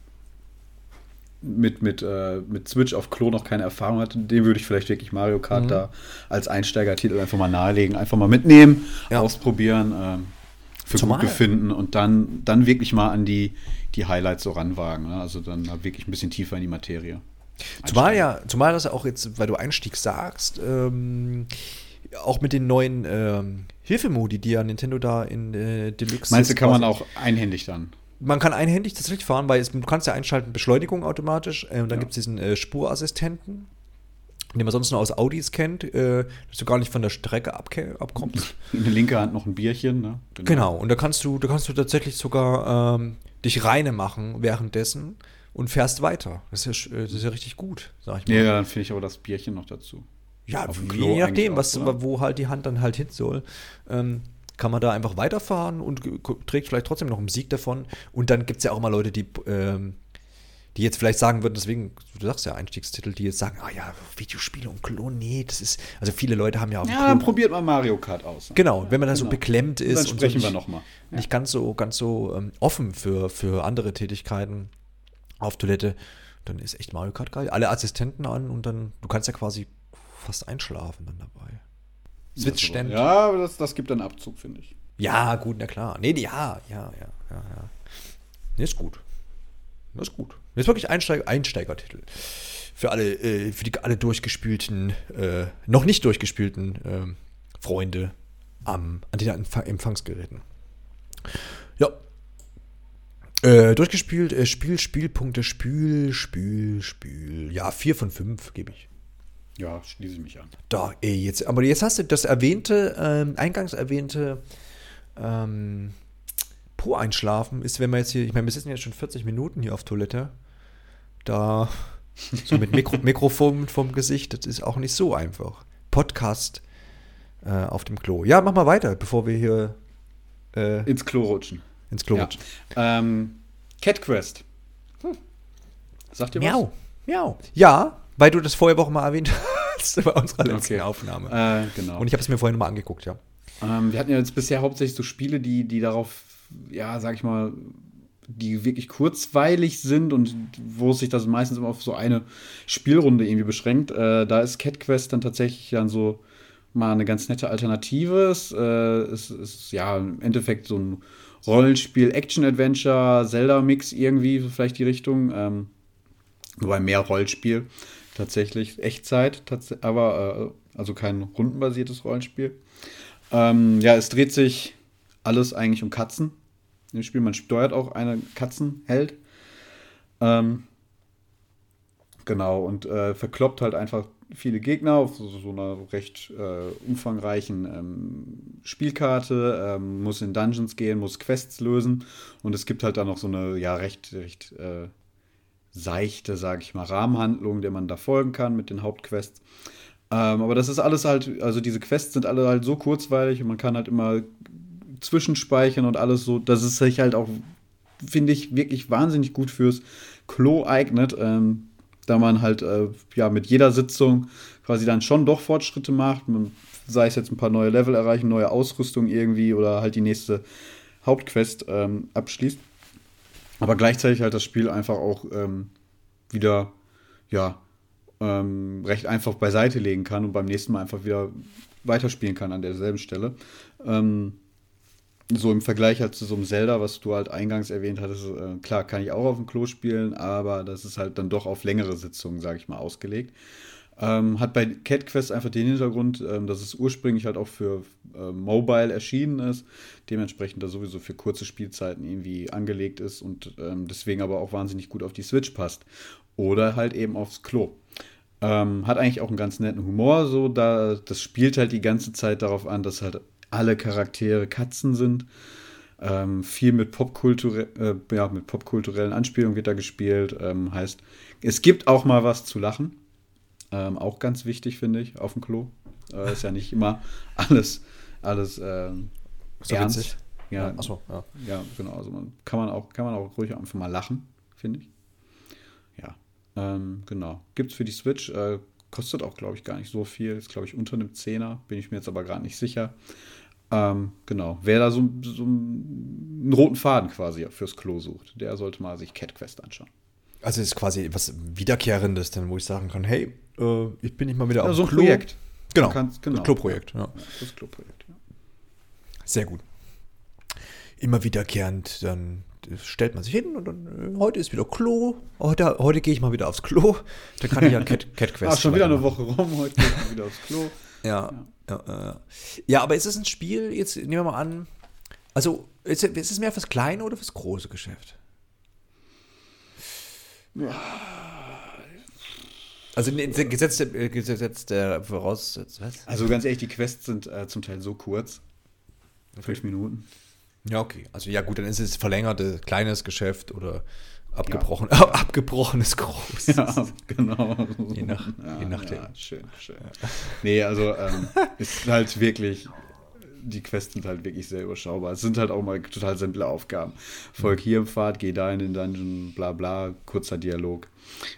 mit Switch auf Klo noch keine Erfahrung hatte, dem würde ich vielleicht wirklich Mario Kart da als Einsteigertitel einfach mal nahelegen, einfach mal mitnehmen, ausprobieren, für gut befinden und dann wirklich mal an die Highlights so ranwagen. Ne? Also dann wirklich ein bisschen tiefer in die Materie. Zumal das auch jetzt, weil du Einstieg sagst, auch mit den neuen Hilfemodi, die ja Nintendo da in Deluxe. Meinst du, kann man auch einhändig dann? Man kann einhändig tatsächlich fahren, weil du kannst ja einschalten Beschleunigung automatisch und dann gibt es diesen Spurassistenten, den man sonst nur aus Audis kennt, dass du gar nicht von der Strecke abkommst. In der linken Hand noch ein Bierchen, ne? Genau, und da kannst du tatsächlich sogar dich reine machen währenddessen und fährst weiter. Das ist ja richtig gut, sag ich mal. Ja, dann finde ich aber das Bierchen noch dazu. Ja, Auf dem je Klo nachdem, eigentlich auch, oder? wo halt die Hand dann halt hin soll, kann man da einfach weiterfahren und trägt vielleicht trotzdem noch einen Sieg davon. Und dann gibt es ja auch immer Leute, die jetzt vielleicht sagen würden, deswegen, du sagst ja Einstiegstitel, die jetzt sagen, Videospiele und Klo, nee, das ist, also viele Leute haben ja auf dem Ja, dann Klo, probiert mal Mario Kart aus. genau, wenn man da so beklemmt ist Dann und sprechen so wir nochmal. nicht ganz so offen für andere Tätigkeiten auf Toilette, dann ist echt Mario Kart geil. Alle Assistenten an und dann, du kannst ja quasi fast einschlafen dann dabei. Sitzstände. Ja, aber das gibt dann Abzug, finde ich. Ja, gut, na klar. Nee, ja. Nee, ist gut. Das ist gut. Das ist wirklich Einsteigertitel. Für alle, alle durchgespielten, noch nicht durchgespielten Freunde an den Empfangsgeräten. Ja. Durchgespielt, Spielpunkte, Ja, 4 von 5 gebe ich. Ja, schließe ich mich an. Aber jetzt hast du das eingangs erwähnte Pro-Einschlafen ist, wenn wir jetzt hier, ich meine, wir sitzen jetzt schon 40 Minuten hier auf Toilette, da so mit Mikrofon vom Gesicht, das ist auch nicht so einfach. Podcast auf dem Klo. Ja, mach mal weiter, bevor wir hier ins Klo rutschen. rutschen. Cat Quest. Sagt ihr was? Miau. Ja, weil du das vorher auch mal erwähnt hast bei unserer letzten Aufnahme. Genau. Und ich habe es mir vorhin mal angeguckt, ja. Wir hatten ja jetzt bisher hauptsächlich so Spiele, die darauf, ja, sag ich mal, die wirklich kurzweilig sind und wo es sich das meistens immer auf so eine Spielrunde irgendwie beschränkt. Da ist Cat Quest dann tatsächlich dann so mal eine ganz nette Alternative. Es ist ja im Endeffekt so ein Rollenspiel, Action-Adventure, Zelda-Mix irgendwie, so vielleicht die Richtung. Wobei mehr Rollenspiel tatsächlich, Echtzeit, aber also kein rundenbasiertes Rollenspiel. Es dreht sich alles eigentlich um Katzen im Spiel. Man steuert auch eine Katzenheld. Genau, und verkloppt halt einfach viele Gegner auf so einer recht umfangreichen Spielkarte, muss in Dungeons gehen, muss Quests lösen und es gibt halt dann noch so eine recht seichte, sage ich mal, Rahmenhandlung, der man da folgen kann mit den Hauptquests. Aber das ist alles halt, also diese Quests sind alle halt so kurzweilig und man kann halt immer zwischenspeichern und alles so, dass es sich halt auch, finde ich, wirklich wahnsinnig gut fürs Klo eignet, da man halt mit jeder Sitzung quasi dann schon doch Fortschritte macht, sei es jetzt ein paar neue Level erreichen, neue Ausrüstung irgendwie oder halt die nächste Hauptquest abschließt. Aber gleichzeitig halt das Spiel einfach auch wieder, recht einfach beiseite legen kann und beim nächsten Mal einfach wieder weiterspielen kann an derselben Stelle. So im Vergleich halt zu so einem Zelda, was du halt eingangs erwähnt hattest, klar, kann ich auch auf dem Klo spielen, aber das ist halt dann doch auf längere Sitzungen, sage ich mal, ausgelegt. Hat bei Cat Quest einfach den Hintergrund, dass es ursprünglich halt auch für Mobile erschienen ist, dementsprechend da sowieso für kurze Spielzeiten irgendwie angelegt ist und deswegen aber auch wahnsinnig gut auf die Switch passt. Oder halt eben aufs Klo. Hat eigentlich auch einen ganz netten Humor, so das spielt halt die ganze Zeit darauf an, dass halt alle Charaktere Katzen sind. Viel mit popkulturellen Anspielungen wird da gespielt. Heißt, es gibt auch mal was zu lachen. Auch ganz wichtig, finde ich, auf dem Klo. Ist ja nicht immer alles so ernst. Witzig. Ja, achso, ja. Ja, genau. Also kann man auch ruhig einfach mal lachen, finde ich. Ja, genau. Gibt's für die Switch. Kostet auch, glaube ich, gar nicht so viel. Ist, glaube ich, unter einem Zehner. Bin ich mir jetzt aber gerade nicht sicher. Genau. Wer da so einen roten Faden quasi fürs Klo sucht, der sollte mal sich Cat Quest anschauen. Also es ist quasi was Wiederkehrendes, dann, wo ich sagen kann, hey, ich bin nicht mal wieder auf so dem ein Klo. Projekt. Genau, Das Kloprojekt. Ja. Das Kloprojekt, ja. Sehr gut. Immer wiederkehrend, dann stellt man sich hin und dann, heute ist wieder Klo. Heute gehe ich mal wieder aufs Klo. Dann kann ich ja Cat Quest schon wieder eine Woche rum, heute gehe ich mal wieder aufs Klo. Ja, aber ist es ein Spiel, jetzt nehmen wir mal an, also ist es mehr fürs kleine oder fürs große Geschäft? Ja. Also gesetzt der Voraussetzung, was? Also ganz ehrlich, die Quests sind zum Teil so kurz. 5 Minuten. Ja, okay. Also ja gut, dann ist es verlängerte kleines Geschäft oder Abgebrochenes Groß. Ja, genau. Je nachdem. Ja, schön. Nee, also ist halt wirklich, die Quests sind halt wirklich sehr überschaubar. Es sind halt auch mal total simple Aufgaben. Folg hier im Pfad, geh da in den Dungeon, bla bla, kurzer Dialog.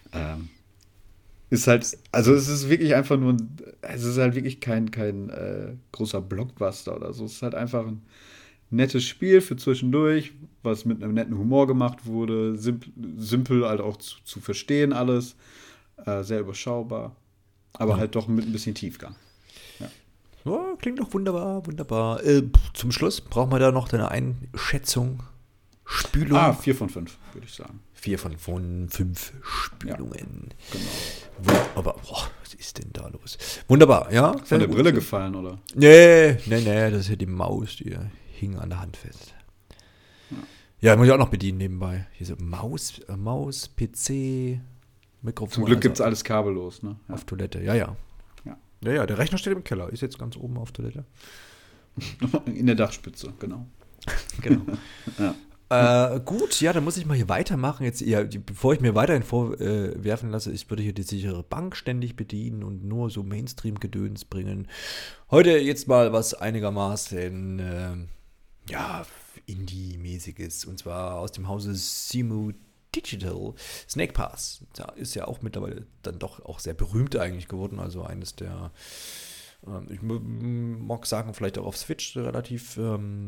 Ist halt, also es ist wirklich einfach nur, es ist halt wirklich kein großer Blockbuster oder so. Es ist halt einfach ein nettes Spiel für zwischendurch, was mit einem netten Humor gemacht wurde, simpel halt auch zu verstehen alles, sehr überschaubar, aber halt doch mit ein bisschen Tiefgang. Ja, klingt doch wunderbar. Zum Schluss brauchen wir da noch deine Einschätzung. Spülung. 4 von 5, würde ich sagen. 4 von 5 Spülungen. Ja, genau. Aber, was ist denn da los? Wunderbar, ja. Von der Brille gefallen, oder? Nee, das ist ja die Maus, die hing an der Hand fest. Ja, muss ich auch noch bedienen nebenbei. Hier so Maus, PC, Mikrofon. Zum Glück gibt es alles kabellos, ne? Auf Toilette, ja. Ja, der Rechner steht im Keller, ist jetzt ganz oben auf Toilette. In der Dachspitze, genau. Genau. Gut, ja, dann muss ich mal hier weitermachen. Jetzt, bevor ich mir weiterhin vorwerfen lasse, ich würde hier die sichere Bank ständig bedienen und nur so Mainstream-Gedöns bringen. Heute jetzt mal was einigermaßen, Indie-mäßiges. Und zwar aus dem Hause Cemu Digital. Snake Pass. Da ist ja auch mittlerweile dann doch auch sehr berühmt eigentlich geworden. Also eines der, ich mag sagen, vielleicht auch auf Switch relativ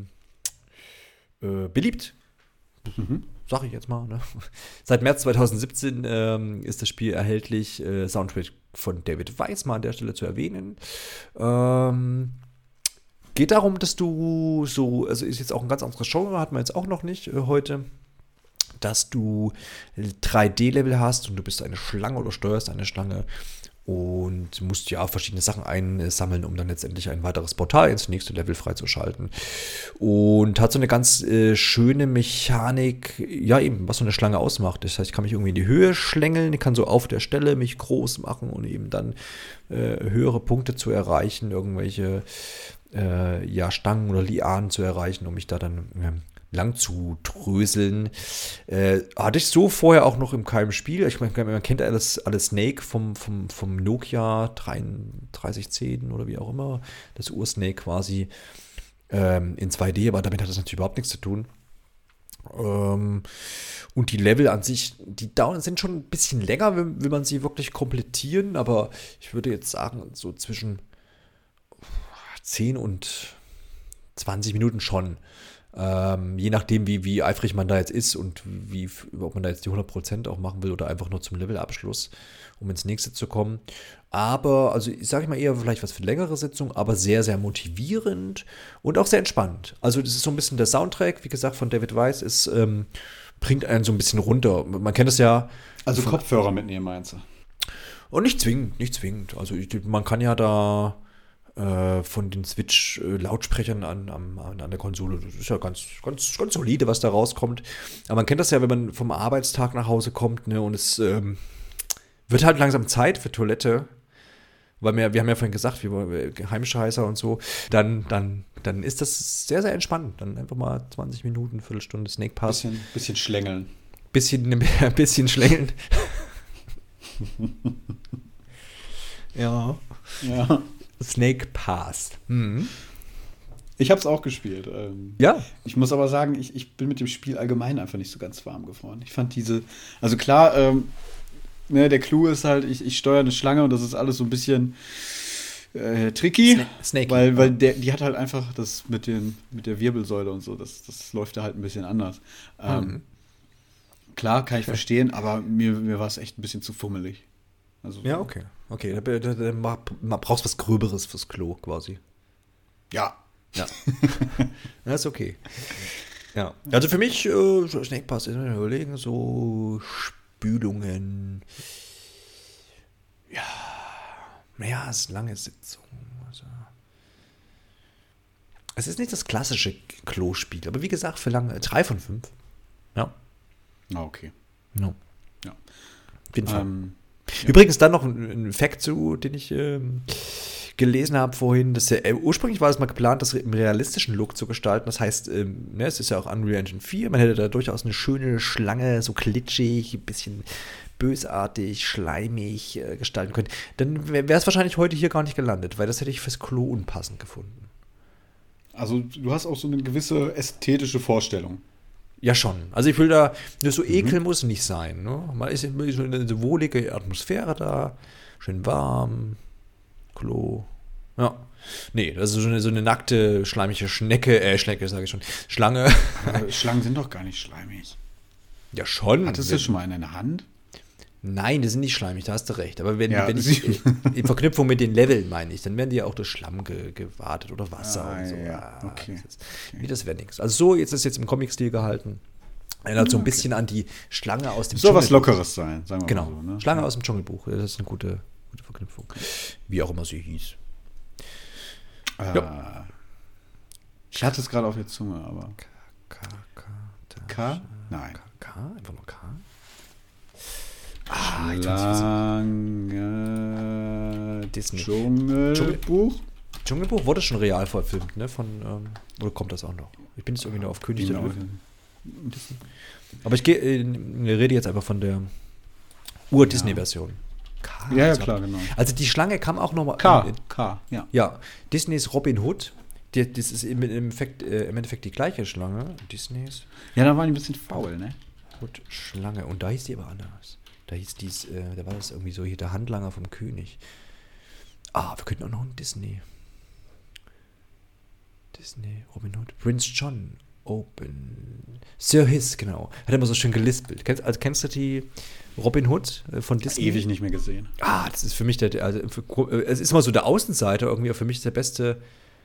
beliebt. Sag ich jetzt mal. Ne? Seit März 2017 ist das Spiel erhältlich. Soundtrack von David Wise mal an der Stelle zu erwähnen. Geht darum, dass du so, also ist jetzt auch ein ganz anderes Genre, hat man jetzt auch noch nicht heute, dass du 3D-Level hast und du bist eine Schlange oder steuerst eine Schlange und musst ja verschiedene Sachen einsammeln, um dann letztendlich ein weiteres Portal ins nächste Level freizuschalten. Und hat so eine ganz schöne Mechanik, ja eben, was so eine Schlange ausmacht. Das heißt, ich kann mich irgendwie in die Höhe schlängeln, ich kann so auf der Stelle mich groß machen und eben dann höhere Punkte zu erreichen, irgendwelche Stangen oder Lianen zu erreichen, um mich da dann lang zu dröseln. Hatte ich so vorher auch noch in keinem Spiel. Ich meine, man kennt alles Snake vom Nokia 3310 oder wie auch immer. Das Ur-Snake quasi in 2D, aber damit hat das natürlich überhaupt nichts zu tun. Und die Level an sich, die sind schon ein bisschen länger, will man sie wirklich komplettieren, aber ich würde jetzt sagen, so zwischen 10 und 20 Minuten schon. Je nachdem, wie eifrig man da jetzt ist und ob man da jetzt die 100% auch machen will oder einfach nur zum Levelabschluss, um ins nächste zu kommen. Aber, also ich sage mal eher vielleicht was für längere Sitzungen, aber sehr, sehr motivierend und auch sehr entspannt. Also das ist so ein bisschen der Soundtrack, wie gesagt, von David Wise, bringt einen so ein bisschen runter. Man kennt es ja. Also Kopfhörer mitnehmen, meinst du? Und nicht zwingend. Also man kann ja da von den Switch-Lautsprechern an der Konsole. Das ist ja ganz, ganz, ganz solide, was da rauskommt. Aber man kennt das ja, wenn man vom Arbeitstag nach Hause kommt, ne, und es wird halt langsam Zeit für Toilette, weil wir haben ja vorhin gesagt, wir Heimscheißer und so, dann ist das sehr, sehr entspannt. Dann einfach mal 20 Minuten, Viertelstunde Snake Pass. Bisschen schlängeln. Bisschen schlängeln. Ja. Snake Pass. Ich habe es auch gespielt. Ja. Ich muss aber sagen, ich bin mit dem Spiel allgemein einfach nicht so ganz warm geworden. Ich fand also klar, der Clou ist halt, ich steuere eine Schlange und das ist alles so ein bisschen tricky, Snaky. weil die hat halt einfach das mit der Wirbelsäule und so, das läuft da halt ein bisschen anders. Klar, kann ich verstehen, aber mir war es echt ein bisschen zu fummelig. Also, ja, okay. Da brauchst was Gröberes fürs Klo quasi. Ja. Das ist okay. Ja. Also für mich, Snake Pass, überlegen, so Spülungen. Ja, es ist eine lange Sitzung. Also. Es ist nicht das klassische Klospiel, aber wie gesagt, für lange 3 von 5. Ja. Okay. No. Ja. Auf jeden Fall. Übrigens dann noch ein Fact zu, den ich gelesen habe vorhin, dass ursprünglich war es mal geplant, das im realistischen Look zu gestalten. Das heißt, es ist ja auch Unreal Engine 4. Man hätte da durchaus eine schöne Schlange, so glitschig, ein bisschen bösartig, schleimig gestalten können. Dann wäre es wahrscheinlich heute hier gar nicht gelandet, weil das hätte ich fürs Klo unpassend gefunden. Also du hast auch so eine gewisse ästhetische Vorstellung. Ja, schon. Also ich will da, so Ekel muss nicht sein. Ne? Man ist so eine wohlige Atmosphäre da, schön warm, Klo. Ja. Nee, das ist so eine nackte, schleimige Schnecke sage ich schon, Schlange. Schlangen sind doch gar nicht schleimig. Ja, schon. Hattest du schon mal eine Hand? Nein, die sind nicht schleimig, da hast du recht. Aber wenn Ja, ich in Verknüpfung mit den Leveln meine ich, dann werden die ja auch durch Schlamm gewartet oder Wasser und so. Ja, okay. Nee, das wäre nichts. Also so, jetzt ist jetzt im Comic-Stil gehalten. Erinnert so ein bisschen an die Schlange aus dem Soll was Lockeres sein, sagen wir Genau, mal so. Ne? Schlange aus dem Dschungelbuch. Das ist eine gute Verknüpfung. Wie auch immer sie hieß. Ich hatte es gerade auf der Zunge, aber. K? Nein. K? Einfach nur K? Schlange. Disney. Dschungelbuch? Dschungelbuch wurde schon real verfilmt, ne? Oder kommt das auch noch? Ich bin jetzt irgendwie nur auf König der Löwen. Aber ich rede jetzt einfach von der Ur-Disney-Version. Ja, klar, genau. Also die Schlange kam auch nochmal. K, ja. Ja, Disneys Robin Hood. Das ist im Endeffekt die gleiche Schlange. Disneys. Ja, da war die ein bisschen faul, ne? Hood, Schlange. Und da hieß die aber anders. Da war das irgendwie so hier der Handlanger vom König. Wir könnten auch noch einen Disney, Robin Hood. Prince John, Sir Hiss, genau. Hat immer so schön gelispelt. Kennst du die Robin Hood von Disney? Ewig nicht mehr gesehen. Das ist für mich es ist immer so der Außenseiter irgendwie, aber für mich der beste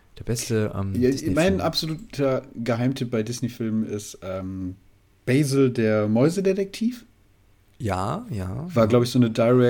mein absoluter Geheimtipp bei Disney-Filmen ist Basil, der Mäusedetektiv. Ja. War, glaube ich, so eine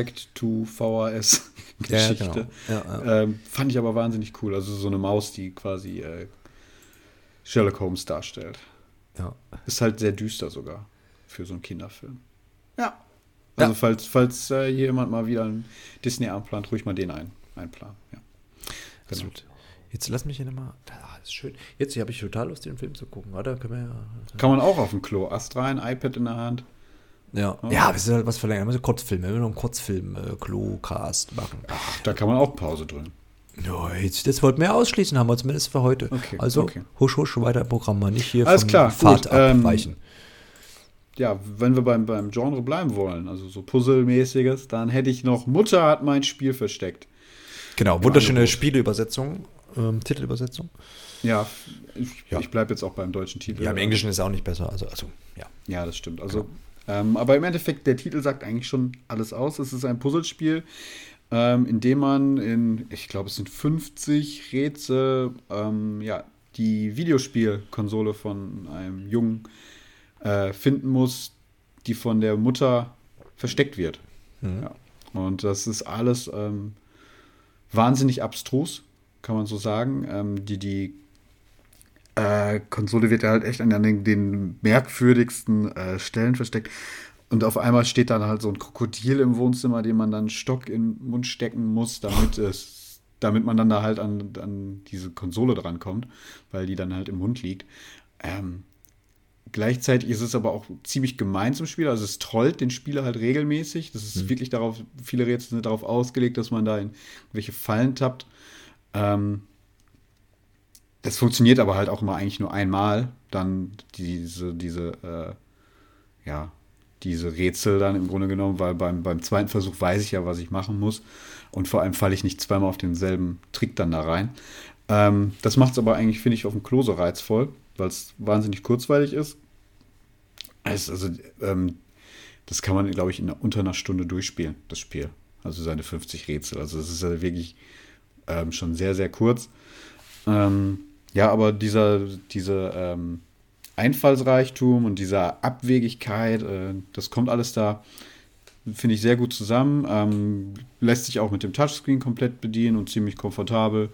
Direct-to-VHS-Geschichte. Ja. Fand ich aber wahnsinnig cool. Also so eine Maus, die quasi Sherlock Holmes darstellt. Ja. Ist halt sehr düster sogar für so einen Kinderfilm. Ja. Also falls hier jemand mal wieder einen Disney anplant, ruhig mal den einplanen. Ja. Genau. Jetzt lass mich hier nochmal. Das ist schön. Jetzt habe ich total Lust, den Film zu gucken. Oder? Kann man auch auf dem Klo. Astra, ein iPad in der Hand. Ja, das ist halt was verlängert. So Kurzfilme. Wir will noch einen Kurzfilm-Klo-Cast machen. Da kann man auch Pause drücken. Ja, das wollten wir ausschließen, haben wir zumindest für heute. Okay, also, husch, weiter im Programm, mal nicht hier alles vom klar, Pfad gut, abweichen. Ja, wenn wir beim Genre bleiben wollen, also so Puzzle-mäßiges, dann hätte ich noch Mutter hat mein Spiel versteckt. Genau, wunderschöne Spieleübersetzung, Titelübersetzung. Ja, ich bleibe jetzt auch beim deutschen Titel. Ja, im Englischen ist es auch nicht besser, also ja. Ja, das stimmt. Also, aber im Endeffekt, der Titel sagt eigentlich schon alles aus. Es ist ein Puzzlespiel, in dem man ich glaube, es sind 50 Rätsel, die Videospielkonsole von einem Jungen finden muss, die von der Mutter versteckt wird. Mhm. Ja. Und das ist alles wahnsinnig abstrus, kann man so sagen. Die Konsole wird ja halt echt an den merkwürdigsten Stellen versteckt. Und auf einmal steht dann halt so ein Krokodil im Wohnzimmer, dem man dann einen Stock in den Mund stecken muss, damit man dann da halt an diese Konsole drankommt, weil die dann halt im Mund liegt. Gleichzeitig ist es aber auch ziemlich gemein zum Spieler. Also es trollt den Spieler halt regelmäßig. Das ist wirklich viele Rätsel sind darauf ausgelegt, dass man da in welche Fallen tappt. Das funktioniert aber halt auch immer eigentlich nur einmal. Dann diese Rätsel dann im Grunde genommen, weil beim zweiten Versuch weiß ich ja, was ich machen muss. Und vor allem falle ich nicht zweimal auf denselben Trick dann da rein. Das macht es aber eigentlich, finde ich, auf dem Klo so reizvoll, weil es wahnsinnig kurzweilig ist. Das kann man, glaube ich, unter einer Stunde durchspielen, das Spiel. Also seine 50 Rätsel. Also es ist ja wirklich schon sehr, sehr kurz. Aber diese Einfallsreichtum und dieser Abwegigkeit, das kommt alles da, finde ich, sehr gut zusammen. Lässt sich auch mit dem Touchscreen komplett bedienen und ziemlich komfortabel.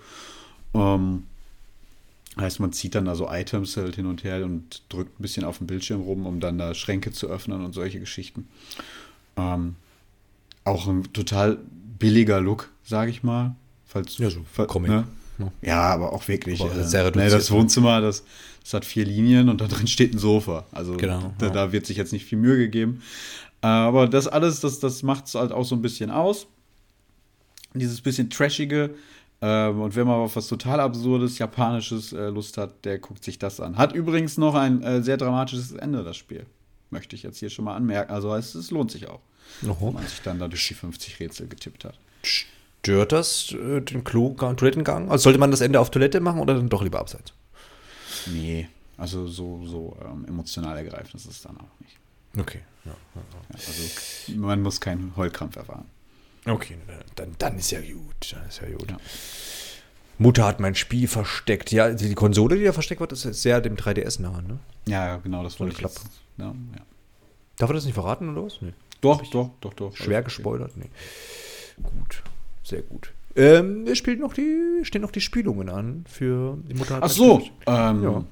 Heißt, man zieht dann also Items halt hin und her und drückt ein bisschen auf dem Bildschirm rum, um dann da Schränke zu öffnen und solche Geschichten. Auch ein total billiger Look, sage ich mal, Falls, Ja, so Comic. Ne? Ja. Ja, aber auch wirklich. Aber sehr reduziert, das Wohnzimmer, das hat 4 Linien und da drin steht ein Sofa. Also Genau, da wird sich jetzt nicht viel Mühe gegeben. Aber das alles, das macht es halt auch so ein bisschen aus. Dieses bisschen Trashige. Und wenn man auf was total Absurdes, Japanisches Lust hat, der guckt sich das an. Hat übrigens noch ein sehr dramatisches Ende, das Spiel. Möchte ich jetzt hier schon mal anmerken. Also es lohnt sich auch, wenn man sich dann da durch die 50 Rätsel getippt hat. Stört das den Toilettengang? Also sollte man das Ende auf Toilette machen oder dann doch lieber abseits? Nee, also so emotional ergreifend ist es dann auch nicht. Okay. Ja. Also man muss keinen Heulkrampf erfahren. Okay, dann ist ja gut. Ja. Mutter hat mein Spiel versteckt. Ja, die Konsole, die da versteckt wird, ist sehr dem 3DS nah, ne? Ja, genau, das wollte ich Klappe. jetzt. Ja. Darf er das nicht verraten oder was? Nee. Doch. Schwer gespoilert? Nee. Gut, sehr gut. Es stehen noch die Spielungen an für die Mutter hat Ach so. Ja.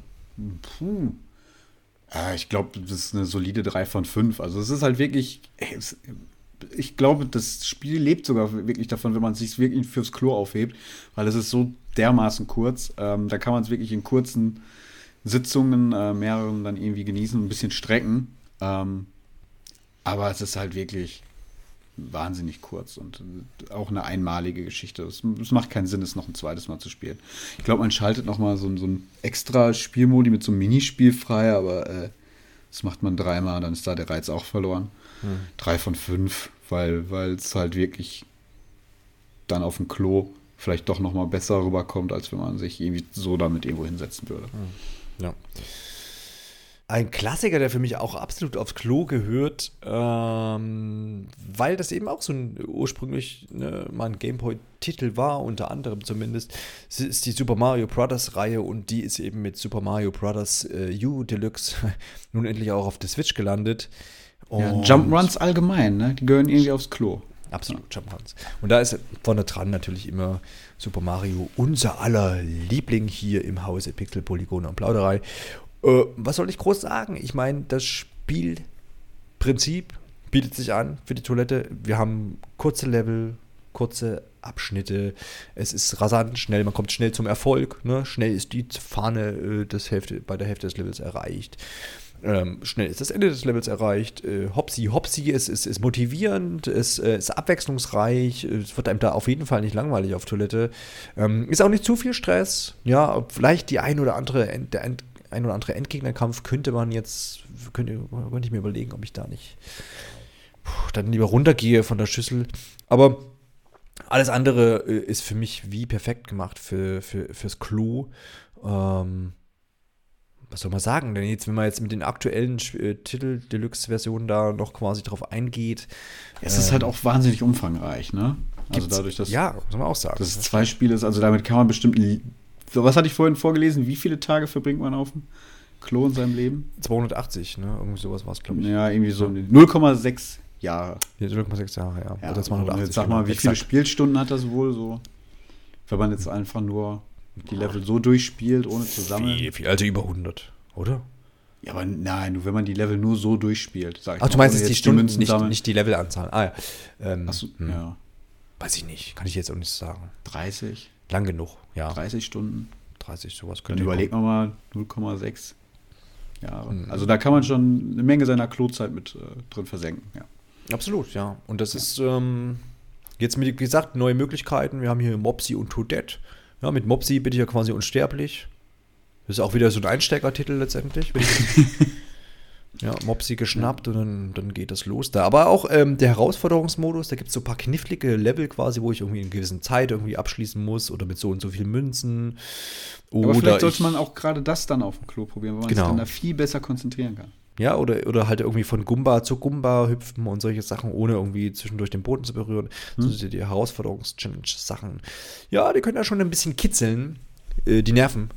Ich glaube, das ist eine solide 3 von 5. Also es ist halt wirklich. Ich glaube, das Spiel lebt sogar wirklich davon, wenn man es sich wirklich fürs Klo aufhebt, weil es ist so dermaßen kurz. Da kann man es wirklich in kurzen Sitzungen, mehreren dann irgendwie genießen, ein bisschen strecken. Aber es ist halt wirklich wahnsinnig kurz und auch eine einmalige Geschichte. Es macht keinen Sinn, es noch ein zweites Mal zu spielen. Ich glaube, man schaltet noch mal so ein extra Spielmodi mit so einem Minispiel frei, aber das macht man 3-mal, dann ist da der Reiz auch verloren. 3 von 5, weil es halt wirklich dann auf dem Klo vielleicht doch noch mal besser rüberkommt, als wenn man sich irgendwie so damit irgendwo hinsetzen würde. Ja. Ein Klassiker, der für mich auch absolut aufs Klo gehört, weil das eben auch so ein ursprünglich mal ein Gameboy-Titel war, unter anderem zumindest, ist die Super Mario Bros. Reihe und die ist eben mit Super Mario Bros. U Deluxe nun endlich auch auf der Switch gelandet. Ja, Jump'n'Runs allgemein, ne? Die gehören irgendwie aufs Klo. Absolut, Jump'n'Runs. Und da ist vorne dran natürlich immer Super Mario, unser aller Liebling hier im Hause Pixel, Polygone und Plauderei. Was soll ich groß sagen? Ich meine, das Spielprinzip bietet sich an für die Toilette. Wir haben kurze Level, kurze Abschnitte. Es ist rasant, schnell, man kommt schnell zum Erfolg. Ne? Schnell ist die Fahne bei der Hälfte des Levels erreicht. Schnell ist das Ende des Levels erreicht. Hopsi, es ist motivierend, es ist abwechslungsreich, es wird einem da auf jeden Fall nicht langweilig auf Toilette. Ist auch nicht zu viel Stress. Ja, vielleicht der ein oder andere Endgegnerkampf könnte ich mir überlegen, ob ich da nicht dann lieber runtergehe von der Schüssel. Aber alles andere ist für mich wie perfekt gemacht fürs Klo. Was soll man sagen? Denn jetzt, wenn man jetzt mit den aktuellen Titel-Deluxe-Versionen da noch quasi drauf eingeht. Es ist halt auch wahnsinnig umfangreich, ne? Also dadurch, dass. Ja, muss man auch sagen. Dass es 2 Spiele ist, also damit kann man bestimmt. Was hatte ich vorhin vorgelesen? Wie viele Tage verbringt man auf dem Klo in seinem Leben? 280, ne? Irgendwie sowas war es, glaube ich. Ja, irgendwie so 0,6 Jahre. 0,6 Jahre, ja. Ja, Oder 280. jetzt sag mal, wie viele Spielstunden hat das wohl so? Wenn man jetzt einfach nur die Level so durchspielt, ohne zu sammeln. Viel, also über 100, oder? Ja, aber nein, nur wenn man die Level nur so durchspielt, sag ich Ach, mal, du meinst ohne jetzt die Münzen Stunden, sammeln. nicht die Levelanzahl. Ah ja. Achso, ja. Weiß ich nicht, kann ich jetzt auch nicht sagen. 30? Lang genug, ja. 30 Stunden. 30, sowas Dann könnte überlegt man mal 0,6 Jahre. Also da kann man schon eine Menge seiner Klozeit mit drin versenken, ja. Absolut, ja. Und das ist jetzt, wie gesagt, neue Möglichkeiten. Wir haben hier Mopsy und Toadette. Ja, mit Mopsy bin ich ja quasi unsterblich. Das ist auch wieder so ein Einsteigertitel letztendlich. Ja, Mopsy geschnappt und dann geht das los da. Aber auch der Herausforderungsmodus, da gibt es so ein paar knifflige Level quasi, wo ich irgendwie in einer gewissen Zeit irgendwie abschließen muss oder mit so und so viel Münzen. Aber vielleicht sollte man auch gerade das dann auf dem Klo probieren, weil man sich Genau. dann da viel besser konzentrieren kann. Ja, oder halt irgendwie von Gumba zu Gumba hüpfen und solche Sachen, ohne irgendwie zwischendurch den Boden zu berühren. So sind die Herausforderungs-Challenge-Sachen. Ja, die können ja schon ein bisschen kitzeln, die Nerven.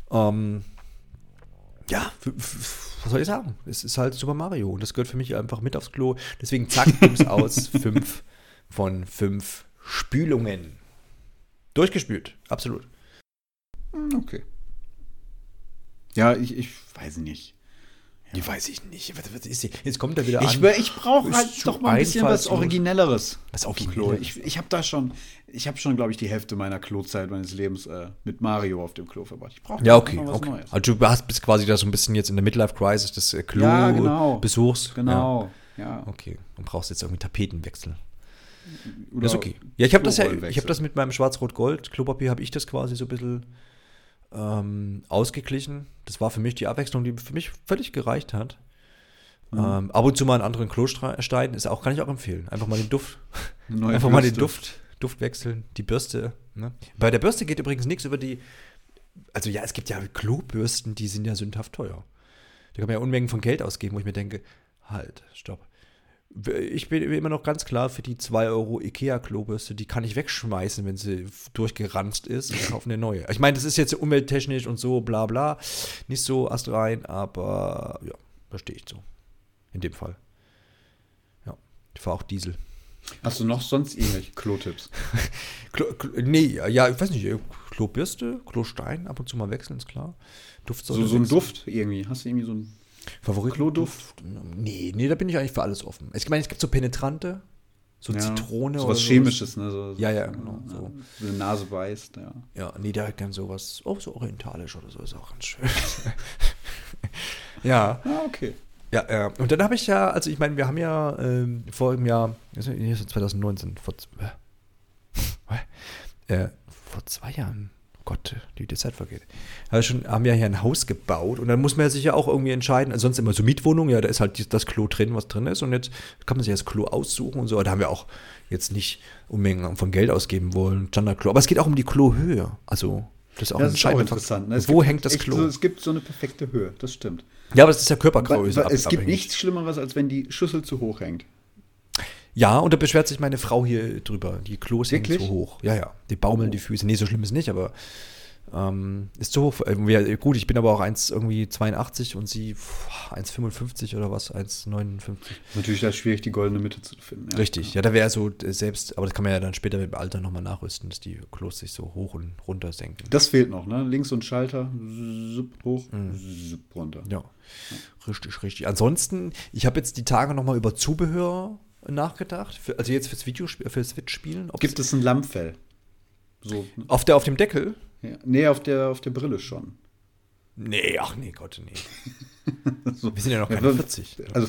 Ja, was soll ich sagen? Es ist halt Super Mario und das gehört für mich einfach mit aufs Klo. Deswegen zack, Bums aus, 5 von 5 Spülungen. Durchgespült, absolut. Okay. Ja, ich weiß nicht. Die weiß ich nicht. Was ist die? Jetzt kommt er wieder Ich brauche halt doch mal ein bisschen was Originelleres. Was auf dem Klo. Ich habe schon, glaube ich, die Hälfte meiner Klozeit meines Lebens mit Mario auf dem Klo verbracht. Ich brauche okay. was Neues. Also du bist quasi da so ein bisschen jetzt in der Midlife-Crisis des Klo-Besuchs. Genau. Ja. Okay. Und brauchst jetzt irgendwie Tapetenwechsel. Oder das ist okay. Ja, ich habe das mit meinem Schwarz-Rot-Gold Klopapier, habe ich das quasi so ein bisschen ausgeglichen. Das war für mich die Abwechslung, die für mich völlig gereicht hat. Ab und zu mal einen anderen Klostein kann ich auch empfehlen. Einfach mal den Duft. Einfach mal den Duft wechseln. Die Bürste. Ne? Bei der Bürste geht übrigens nichts über die. Also ja, es gibt ja Klobürsten, die sind ja sündhaft teuer. Da kann man ja Unmengen von Geld ausgeben, wo ich mir denke, halt, stopp. Ich bin immer noch ganz klar für die 2 Euro Ikea-Klobürste, die kann ich wegschmeißen, wenn sie durchgeranzt ist und kaufe eine neue. Ich meine, das ist jetzt umwelttechnisch und so, bla bla, nicht so astrein, aber ja, da stehe ich so. In dem Fall. Ja, ich fahre auch Diesel. Hast du noch sonst irgendwelche Klo-Tipps? Nee, ja, ich weiß nicht, Klobürste, Klostein, ab und zu mal wechseln, ist klar. Duft so ein Duft irgendwie, hast du irgendwie so einen Favorit? Kloduft? Nee, da bin ich eigentlich für alles offen. Ich meine, es gibt so Penetrante, so Zitrone so oder was Chemisches, ne? Ja, genau. So. Die Nase beißt, ja. Ja, nee, da gern sowas, so orientalisch oder so, ist auch ganz schön. Ja. Ah, okay. Ja, und dann habe ich ja, also ich meine, wir haben ja vor dem Jahr, hier ist 2019, vor 2 Jahren, oh Gott, wie die Zeit vergeht, haben wir hier ein Haus gebaut und dann muss man sich ja auch irgendwie entscheiden, also sonst immer so Mietwohnung, ja, da ist halt das Klo drin, was drin ist und jetzt kann man sich das Klo aussuchen und so, da haben wir auch jetzt nicht Unmengen von Geld ausgeben wollen, Standardklo, aber es geht auch um die Klohöhe, also das ist auch interessant. Ne? Wo hängt das Klo? Es gibt so eine perfekte Höhe, das stimmt. Ja, aber das ist ja Körpergröße. Es gibt nichts Schlimmeres, als wenn die Schüssel zu hoch hängt. Ja, und da beschwert sich meine Frau hier drüber. Die Klos hängen zu hoch. Ja. Die baumeln die Füße. Nee, so schlimm ist nicht, aber ist zu hoch. Gut, ich bin aber auch 1,82 und sie 1,55 oder was, 1,59. Natürlich ist das schwierig, die goldene Mitte zu finden. Ja. Richtig, ja, da wäre so selbst, aber das kann man ja dann später mit dem Alter nochmal nachrüsten, dass die Klos sich so hoch und runter senken. Das fehlt noch, ne? Links und Schalter, hoch, runter. Ja, richtig. Ansonsten, ich habe jetzt die Tage nochmal über Zubehör nachgedacht, also jetzt für Switch-Spielen. Gibt es ein Lammfell? So, ne? Auf dem Deckel? Ja. Nee, auf der Brille schon. Nee, Gott, nee. So. Wir sind ja noch keine 40. Also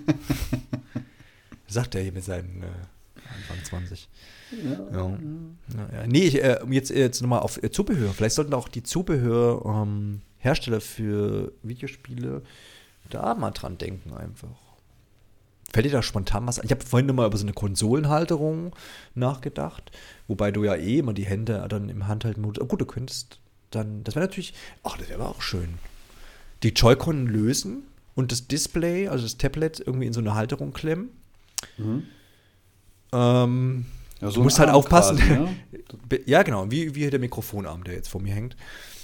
sagt er hier mit seinen Anfang 20. Ja. Nee, jetzt nochmal auf Zubehör. Vielleicht sollten auch die Zubehörhersteller für Videospiele da mal dran denken einfach. Fällt dir da spontan was an? Ich habe vorhin nochmal über so eine Konsolenhalterung nachgedacht, wobei du ja immer die Hände dann im Handhalten-Modus. Oh, gut, du könntest dann, das wäre natürlich, das wäre aber auch schön. Die Joy-Con lösen und das Display, also das Tablet, irgendwie in so eine Halterung klemmen. Mhm. Du musst halt aufpassen. Quasi, ne? Ja, genau, wie der Mikrofonarm, der jetzt vor mir hängt.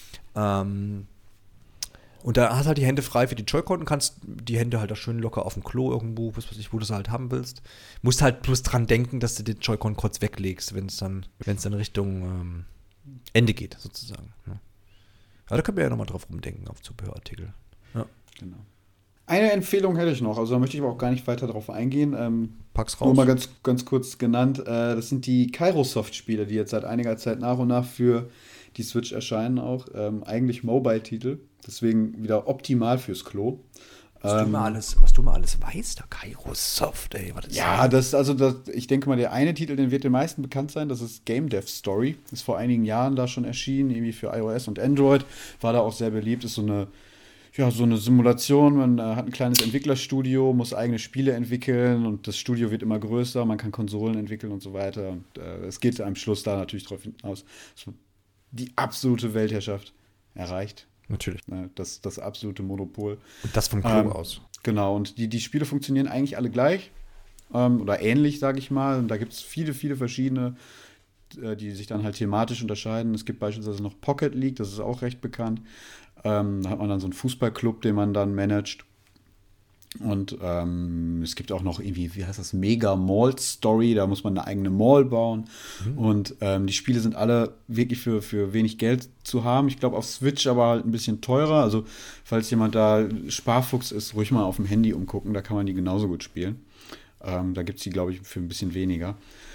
Und da hast du halt die Hände frei für die Joy-Con und kannst die Hände halt da schön locker auf dem Klo irgendwo, was weiß ich, wo du es halt haben willst. Musst halt bloß dran denken, dass du den Joy-Con kurz weglegst, wenn es dann Richtung Ende geht, sozusagen. Ja. Aber da können wir ja nochmal drauf rumdenken, auf Zubehörartikel. Ja. Genau. Eine Empfehlung hätte ich noch, also da möchte ich aber auch gar nicht weiter drauf eingehen. Pack's raus. Nur mal ganz kurz genannt. Das sind die Kairosoft-Spiele, die jetzt seit einiger Zeit nach und nach für die Switch erscheinen auch. Eigentlich Mobile-Titel, deswegen wieder optimal fürs Klo. Was du mal alles weißt, der Kairosoft, ey. Ich denke mal, der eine Titel, den wird den meisten bekannt sein, das ist Game Dev Story. Ist vor einigen Jahren da schon erschienen, irgendwie für iOS und Android. War da auch sehr beliebt, ist so eine Simulation. Man hat ein kleines Entwicklerstudio, muss eigene Spiele entwickeln und das Studio wird immer größer, man kann Konsolen entwickeln und so weiter. Und es geht am Schluss da natürlich darauf hinaus, dass man die absolute Weltherrschaft erreicht. Natürlich. Das absolute Monopol. Und das vom Klo aus. Genau, und die Spiele funktionieren eigentlich alle gleich oder ähnlich, sage ich mal. Und da gibt es viele, viele verschiedene, die sich dann halt thematisch unterscheiden. Es gibt beispielsweise noch Pocket League, das ist auch recht bekannt. Da hat man dann so einen Fußballclub, den man dann managt. Und es gibt auch noch irgendwie, wie heißt das, Mega Mall Story, da muss man eine eigene Mall bauen. Und die Spiele sind alle wirklich für wenig Geld zu haben. Ich glaube auf Switch aber halt ein bisschen teurer. Also falls jemand da Sparfuchs ist, ruhig mal auf dem Handy umgucken, da kann man die genauso gut spielen. Da gibt es die, glaube ich, für ein bisschen weniger.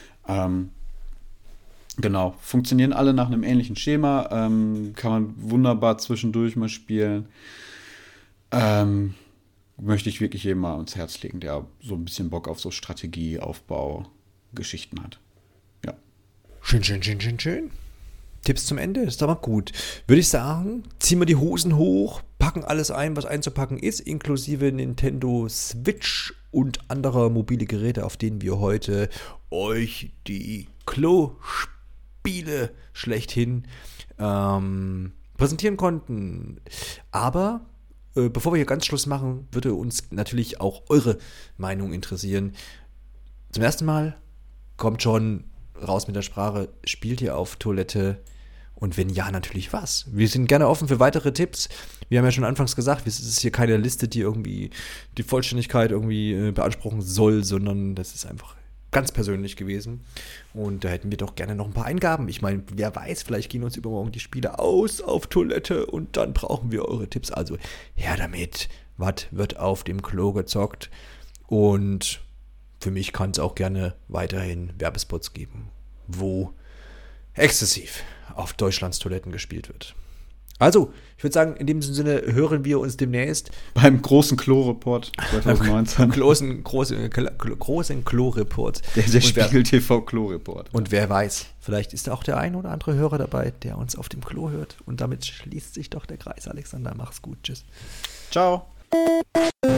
Genau, funktionieren alle nach einem ähnlichen Schema. Kann man wunderbar zwischendurch mal spielen. Möchte ich wirklich jedem mal ans Herz legen, der so ein bisschen Bock auf so Strategie, Aufbau, Geschichten hat. Ja. Schön, schön, schön, schön, schön. Tipps zum Ende, ist doch mal gut. Würde ich sagen, ziehen wir die Hosen hoch, packen alles ein, was einzupacken ist, inklusive Nintendo Switch und anderer mobile Geräte, auf denen wir heute euch die Klo-Spiele schlechthin präsentieren konnten. Aber bevor wir hier ganz Schluss machen, würde uns natürlich auch eure Meinung interessieren. Zum ersten Mal kommt schon raus mit der Sprache, spielt ihr auf Toilette? Und wenn ja, natürlich was? Wir sind gerne offen für weitere Tipps. Wir haben ja schon anfangs gesagt, es ist hier keine Liste, die irgendwie die Vollständigkeit irgendwie beanspruchen soll, sondern das ist einfach ganz persönlich gewesen. Und da hätten wir doch gerne noch ein paar Eingaben. Ich meine, wer weiß, vielleicht gehen uns übermorgen die Spiele aus auf Toilette und dann brauchen wir eure Tipps. Also her damit. Was wird auf dem Klo gezockt? Und für mich kann es auch gerne weiterhin Werbespots geben, wo exzessiv auf Deutschlands Toiletten gespielt wird. Also, ich würde sagen, in dem Sinne hören wir uns demnächst beim großen Klo-Report 2019. großen Klo-Report. Der Spiegel TV Klo-Report. Und wer weiß, vielleicht ist auch der ein oder andere Hörer dabei, der uns auf dem Klo hört. Und damit schließt sich doch der Kreis. Alexander, mach's gut. Tschüss. Ciao.